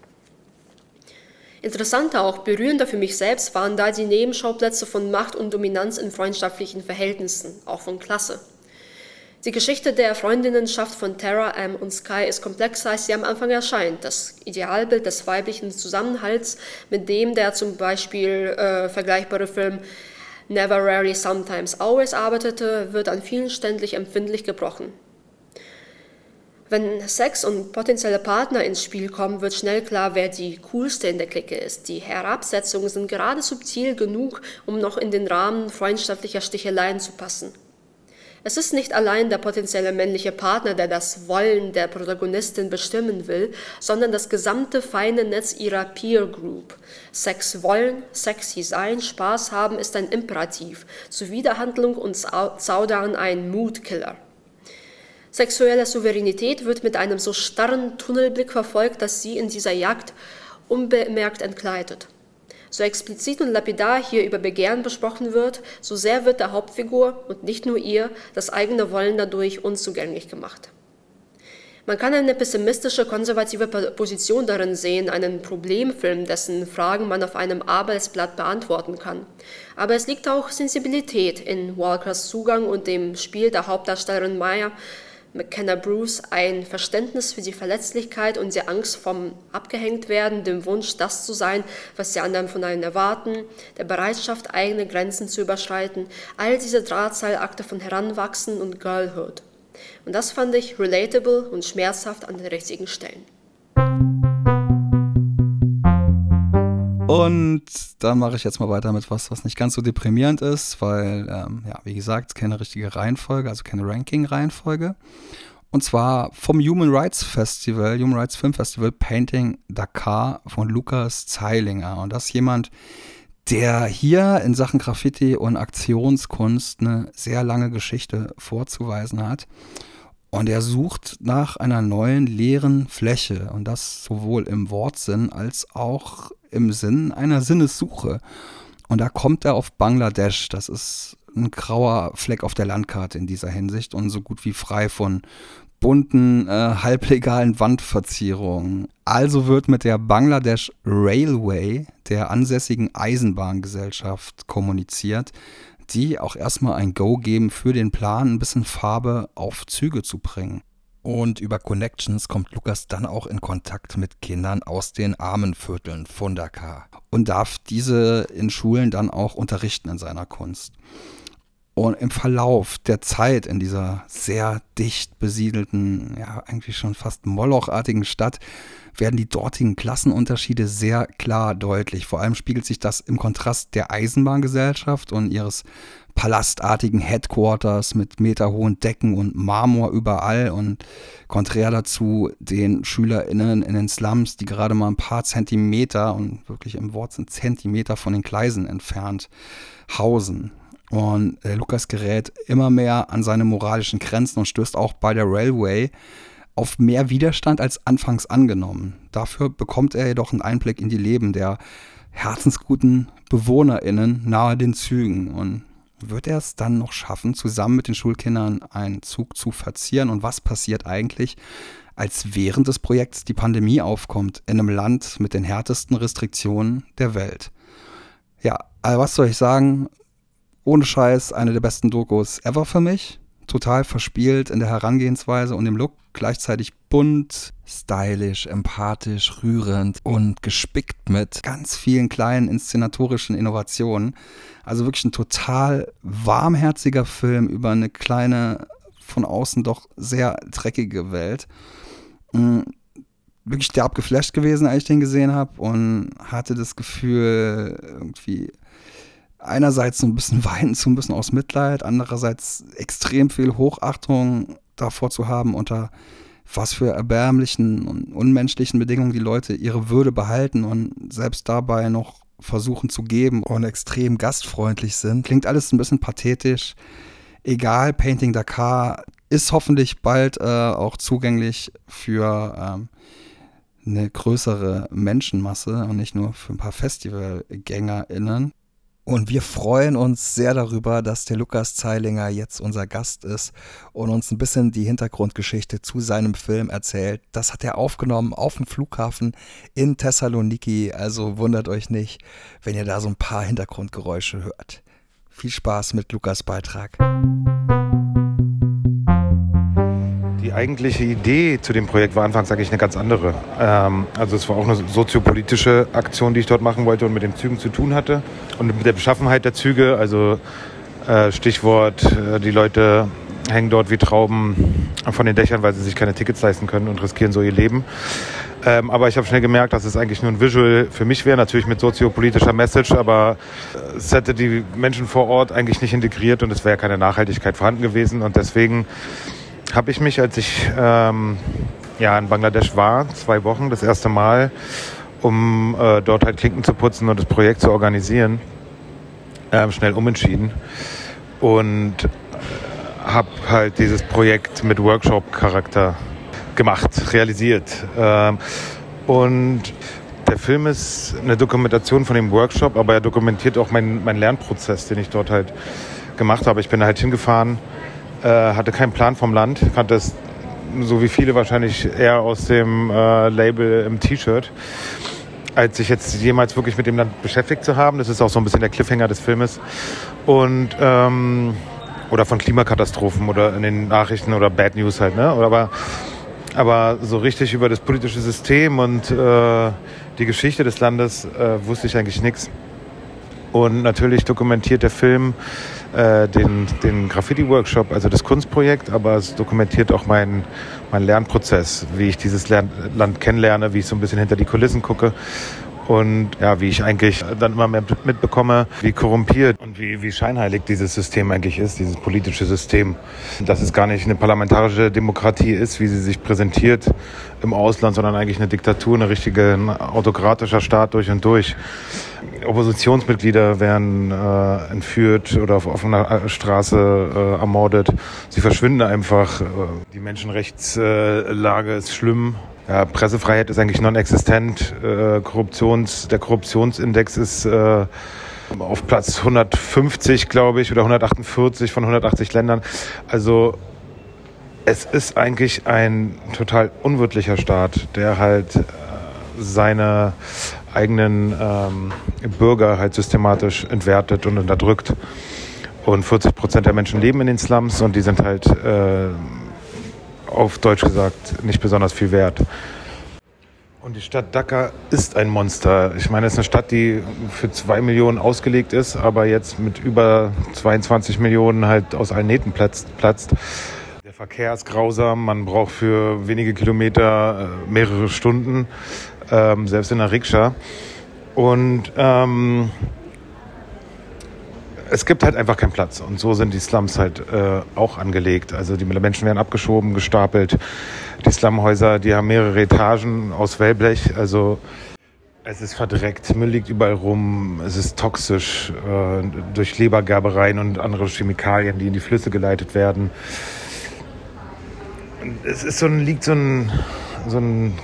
Interessanter, auch berührender für mich selbst waren da die Nebenschauplätze von Macht und Dominanz in freundschaftlichen Verhältnissen, auch von Klasse. Die Geschichte der Freundinnenschaft von Tara, Em und Sky ist komplexer, als sie am Anfang erscheint. Das Idealbild des weiblichen Zusammenhalts, mit dem der zum Beispiel äh, vergleichbare Film Never, Rarely, Sometimes, Always arbeitete, wird an vielen Stellen empfindlich gebrochen. Wenn Sex und potenzielle Partner ins Spiel kommen, wird schnell klar, wer die coolste in der Clique ist. Die Herabsetzungen sind gerade subtil genug, um noch in den Rahmen freundschaftlicher Sticheleien zu passen. Es ist nicht allein der potenzielle männliche Partner, der das Wollen der Protagonistin bestimmen will, sondern das gesamte feine Netz ihrer Peer Group. Sex wollen, sexy sein, Spaß haben ist ein Imperativ, Zuwiderhandlung und Zaudern ein Moodkiller. Sexuelle Souveränität wird mit einem so starren Tunnelblick verfolgt, dass sie in dieser Jagd unbemerkt entgleitet. So explizit und lapidar hier über Begehren besprochen wird, so sehr wird der Hauptfigur und nicht nur ihr das eigene Wollen dadurch unzugänglich gemacht. Man kann eine pessimistische, konservative Position darin sehen, einen Problemfilm, dessen Fragen man auf einem Arbeitsblatt beantworten kann. Aber es liegt auch Sensibilität in Walkers Zugang und dem Spiel der Hauptdarstellerin Maya McKenna Bruce, ein Verständnis für die Verletzlichkeit und die Angst vom Abgehängt-Werden, dem Wunsch, das zu sein, was die anderen von einem erwarten, der Bereitschaft, eigene Grenzen zu überschreiten, all diese Drahtseilakte von Heranwachsen und Girlhood. Und das fand ich relatable und schmerzhaft an den richtigen Stellen. Und dann mache ich jetzt mal weiter mit was, was nicht ganz so deprimierend ist, weil, ähm, ja, wie gesagt, keine richtige Reihenfolge, also keine Ranking-Reihenfolge. Und zwar vom Human Rights Festival, Human Rights Film Festival, Painting Dakar von Lukas Zeilinger. Und das ist jemand, der hier in Sachen Graffiti und Aktionskunst eine sehr lange Geschichte vorzuweisen hat. Und er sucht nach einer neuen leeren Fläche und das sowohl im Wortsinn als auch im Sinn einer Sinnessuche. Und da kommt er auf Bangladesch. Das ist ein grauer Fleck auf der Landkarte in dieser Hinsicht und so gut wie frei von bunten, äh, halblegalen Wandverzierungen. Also wird mit der Bangladesh Railway, der ansässigen Eisenbahngesellschaft, kommuniziert, die auch erstmal ein Go geben für den Plan, ein bisschen Farbe auf Züge zu bringen. Und über Connections kommt Lukas dann auch in Kontakt mit Kindern aus den Armenvierteln von Dakar und darf diese in Schulen dann auch unterrichten in seiner Kunst. Und im Verlauf der Zeit in dieser sehr dicht besiedelten, ja eigentlich schon fast molochartigen Stadt werden die dortigen Klassenunterschiede sehr klar deutlich. Vor allem spiegelt sich das im Kontrast der Eisenbahngesellschaft und ihres palastartigen Headquarters mit meterhohen Decken und Marmor überall und konträr dazu den SchülerInnen in den Slums, die gerade mal ein paar Zentimeter und wirklich im Wort sind Zentimeter von den Gleisen entfernt hausen. Und äh, Lukas gerät immer mehr an seine moralischen Grenzen und stößt auch bei der Railway auf mehr Widerstand als anfangs angenommen. Dafür bekommt er jedoch einen Einblick in die Leben der herzensguten BewohnerInnen nahe den Zügen. Und wird er es dann noch schaffen, zusammen mit den Schulkindern einen Zug zu verzieren? Und was passiert eigentlich, als während des Projekts die Pandemie aufkommt in einem Land mit den härtesten Restriktionen der Welt? Ja, also was soll ich sagen? Ohne Scheiß, eine der besten Dokus ever für mich. Total verspielt in der Herangehensweise und im Look. Gleichzeitig bunt, stylisch, empathisch, rührend und gespickt mit ganz vielen kleinen inszenatorischen Innovationen. Also wirklich ein total warmherziger Film über eine kleine, von außen doch sehr dreckige Welt. Mhm. Wirklich derb geflasht gewesen, als ich den gesehen habe und hatte das Gefühl, irgendwie einerseits so ein bisschen weinen zu müssen aus Mitleid, andererseits extrem viel Hochachtung davor zu haben, unter was für erbärmlichen und unmenschlichen Bedingungen die Leute ihre Würde behalten und selbst dabei noch versuchen zu geben und extrem gastfreundlich sind. Klingt alles ein bisschen pathetisch. Egal, Painting Dakar ist hoffentlich bald äh, auch zugänglich für ähm, eine größere Menschenmasse und nicht nur für ein paar FestivalgängerInnen. Und wir freuen uns sehr darüber, dass der Lukas Zeilinger jetzt unser Gast ist und uns ein bisschen die Hintergrundgeschichte zu seinem Film erzählt. Das hat er aufgenommen auf dem Flughafen in Thessaloniki, also wundert euch nicht, wenn ihr da so ein paar Hintergrundgeräusche hört. Viel Spaß mit Lukas Beitrag. Die eigentliche Idee zu dem Projekt war anfangs eigentlich eine ganz andere. Ähm, also es war auch eine soziopolitische Aktion, die ich dort machen wollte und mit den Zügen zu tun hatte. Und mit der Beschaffenheit der Züge, also äh, Stichwort, äh, die Leute hängen dort wie Trauben von den Dächern, weil sie sich keine Tickets leisten können und riskieren so ihr Leben. Ähm, aber ich habe schnell gemerkt, dass es eigentlich nur ein Visual für mich wäre, natürlich mit soziopolitischer Message, aber es hätte die Menschen vor Ort eigentlich nicht integriert und es wäre keine Nachhaltigkeit vorhanden gewesen. Und deswegen habe ich mich, als ich ähm, ja, in Bangladesch war, zwei Wochen, das erste Mal, um äh, dort halt Klinken zu putzen und das Projekt zu organisieren, äh, schnell umentschieden und äh, habe halt dieses Projekt mit Workshop-Charakter gemacht, realisiert. Ähm, und der Film ist eine Dokumentation von dem Workshop, aber er dokumentiert auch meinen mein Lernprozess, den ich dort halt gemacht habe. Ich bin halt hingefahren, äh, hatte keinen Plan vom Land, kannte es so wie viele wahrscheinlich eher aus dem äh, Label im T-Shirt, als sich jetzt jemals wirklich mit dem Land beschäftigt zu haben. Das ist auch so ein bisschen der Cliffhanger des Filmes. Und ähm, oder von Klimakatastrophen oder in den Nachrichten oder Bad News halt, ne? Oder aber Aber so richtig über das politische System und äh, die Geschichte des Landes äh, wusste ich eigentlich nichts. Und natürlich dokumentiert der Film äh, den, den Graffiti-Workshop, also das Kunstprojekt, aber es dokumentiert auch meinen mein Lernprozess, wie ich dieses Lern- Land kennenlerne, wie ich so ein bisschen hinter die Kulissen gucke. Und ja, wie ich eigentlich dann immer mehr mitbekomme, wie korrumpiert und wie, wie scheinheilig dieses System eigentlich ist, dieses politische System. Dass es gar nicht eine parlamentarische Demokratie ist, wie sie sich präsentiert im Ausland, sondern eigentlich eine Diktatur, eine richtige ein autokratischer Staat durch und durch. Oppositionsmitglieder werden äh, entführt oder auf offener Straße äh, ermordet. Sie verschwinden einfach. Die Menschenrechtslage ist schlimm. Ja, Pressefreiheit ist eigentlich non-existent. Äh, Korruptions, der Korruptionsindex ist äh, auf Platz hundertfünfzig, glaube ich, oder hundertachtundvierzig von hundertachtzig Ländern. Also es ist eigentlich ein total unwirtlicher Staat, der halt äh, seine eigenen ähm, Bürger halt systematisch entwertet und unterdrückt. Und vierzig Prozent der Menschen leben in den Slums und die sind halt äh, auf Deutsch gesagt nicht besonders viel wert. Und die Stadt Dhaka ist ein Monster. Ich meine, es ist eine Stadt, die für zwei Millionen ausgelegt ist, aber jetzt mit über zweiundzwanzig Millionen halt aus allen Nähten platzt. platzt. Der Verkehr ist grausam, man braucht für wenige Kilometer äh, mehrere Stunden, ähm, selbst in der Rikscha. Und ähm, es gibt halt einfach keinen Platz und so sind die Slums halt äh, auch angelegt. Also die Menschen werden abgeschoben, gestapelt. Die Slumhäuser, die haben mehrere Etagen aus Wellblech. Also es ist verdreckt, Müll liegt überall rum, es ist toxisch äh, durch Lebergerbereien und andere Chemikalien, die in die Flüsse geleitet werden. Es ist so ein, liegt so ein, so ein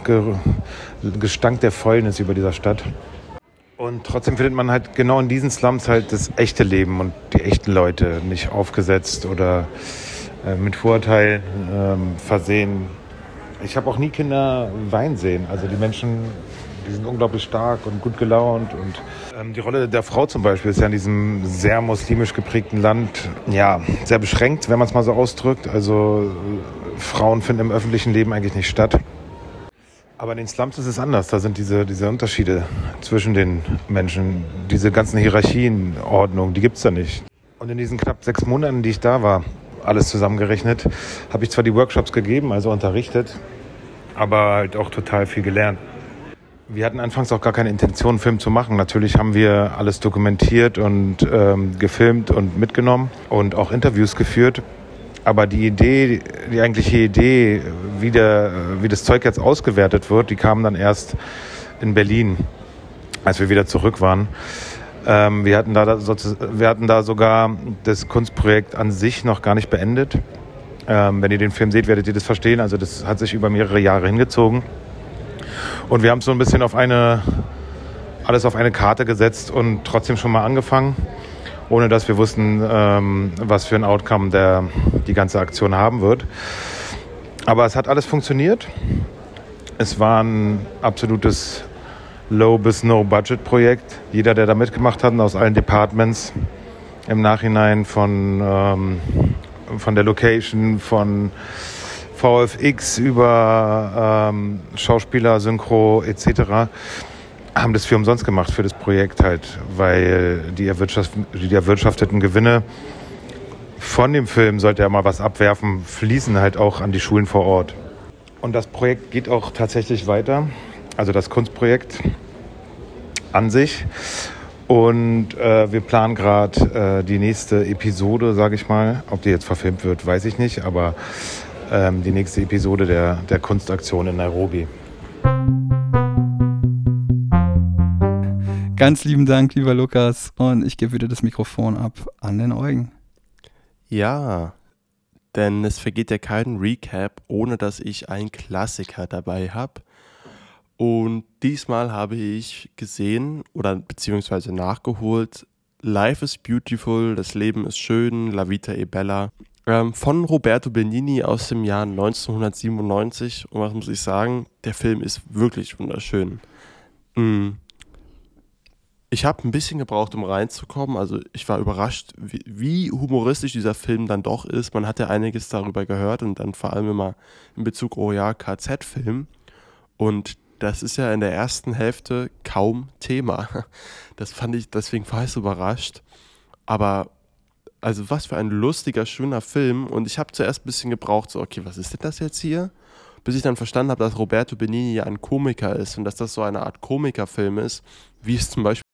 Gestank der Fäulnis über dieser Stadt. Und trotzdem findet man halt genau in diesen Slums halt das echte Leben und die echten Leute, nicht aufgesetzt oder äh, mit Vorurteilen ähm, versehen. Ich habe auch nie Kinder weinen sehen. Also die Menschen, die sind unglaublich stark und gut gelaunt. Und ähm, die Rolle der Frau zum Beispiel ist ja in diesem sehr muslimisch geprägten Land ja sehr beschränkt, wenn man es mal so ausdrückt. Also äh, Frauen finden im öffentlichen Leben eigentlich nicht statt. Aber in den Slums ist es anders. Da sind diese, diese Unterschiede zwischen den Menschen, diese ganzen Hierarchien, Ordnung, die gibt es da nicht. Und in diesen knapp sechs Monaten, die ich da war, alles zusammengerechnet, habe ich zwar die Workshops gegeben, also unterrichtet, aber halt auch total viel gelernt. Wir hatten anfangs auch gar keine Intention, einen Film zu machen. Natürlich haben wir alles dokumentiert und ähm, gefilmt und mitgenommen und auch Interviews geführt. Aber die Idee, die eigentliche Idee, wie, der, wie das Zeug jetzt ausgewertet wird, die kam dann erst in Berlin, als wir wieder zurück waren. Ähm, wir hatten da, wir hatten da sogar das Kunstprojekt an sich noch gar nicht beendet. Ähm, wenn ihr den Film seht, werdet ihr das verstehen. Also das hat sich über mehrere Jahre hingezogen. Und wir haben es so ein bisschen auf eine, alles auf eine Karte gesetzt und trotzdem schon mal angefangen, ohne dass wir wussten, ähm, was für ein Outcome der, die ganze Aktion haben wird. Aber es hat alles funktioniert. Es war ein absolutes Low- bis No-Budget-Projekt. Jeder, der da mitgemacht hat, aus allen Departments, im Nachhinein von, ähm, von der Location, von V F X über ähm, Schauspieler, Synchro et cetera, haben das für umsonst gemacht für das Projekt halt, weil die, erwirtschaft, die erwirtschafteten Gewinne von dem Film, sollte er mal was abwerfen, fließen halt auch an die Schulen vor Ort. Und das Projekt geht auch tatsächlich weiter. also das Kunstprojekt an sich. Und äh, wir planen gerade äh, die nächste Episode, sage ich mal. Ob die jetzt verfilmt wird, weiß ich nicht, aber ähm, die nächste Episode der, der Kunstaktion in Nairobi. Ganz lieben Dank, lieber Lukas. Und ich gebe wieder das Mikrofon ab an den Eugen. Ja, denn es vergeht ja kein Recap, ohne dass ich einen Klassiker dabei habe. Und diesmal habe ich gesehen oder beziehungsweise nachgeholt Life is Beautiful, das Leben ist schön, La Vita è Bella ähm, von Roberto Benigni aus dem Jahr neunzehnhundertsiebenundneunzig. Und was muss ich sagen, der Film ist wirklich wunderschön. Mm. Ich habe ein bisschen gebraucht, um reinzukommen. Also ich war überrascht, wie, wie humoristisch dieser Film dann doch ist. Man hat ja einiges darüber gehört und dann vor allem immer in Bezug, oh ja, K Z-Film. Und das ist ja in der ersten Hälfte kaum Thema. Das fand ich, deswegen war ich so überrascht. Aber also was für ein lustiger, schöner Film. Und ich habe zuerst ein bisschen gebraucht, so okay, was ist denn das jetzt hier? Bis ich dann verstanden habe, dass Roberto Benigni ja ein Komiker ist und dass das so eine Art Komikerfilm ist, wie es zum Beispiel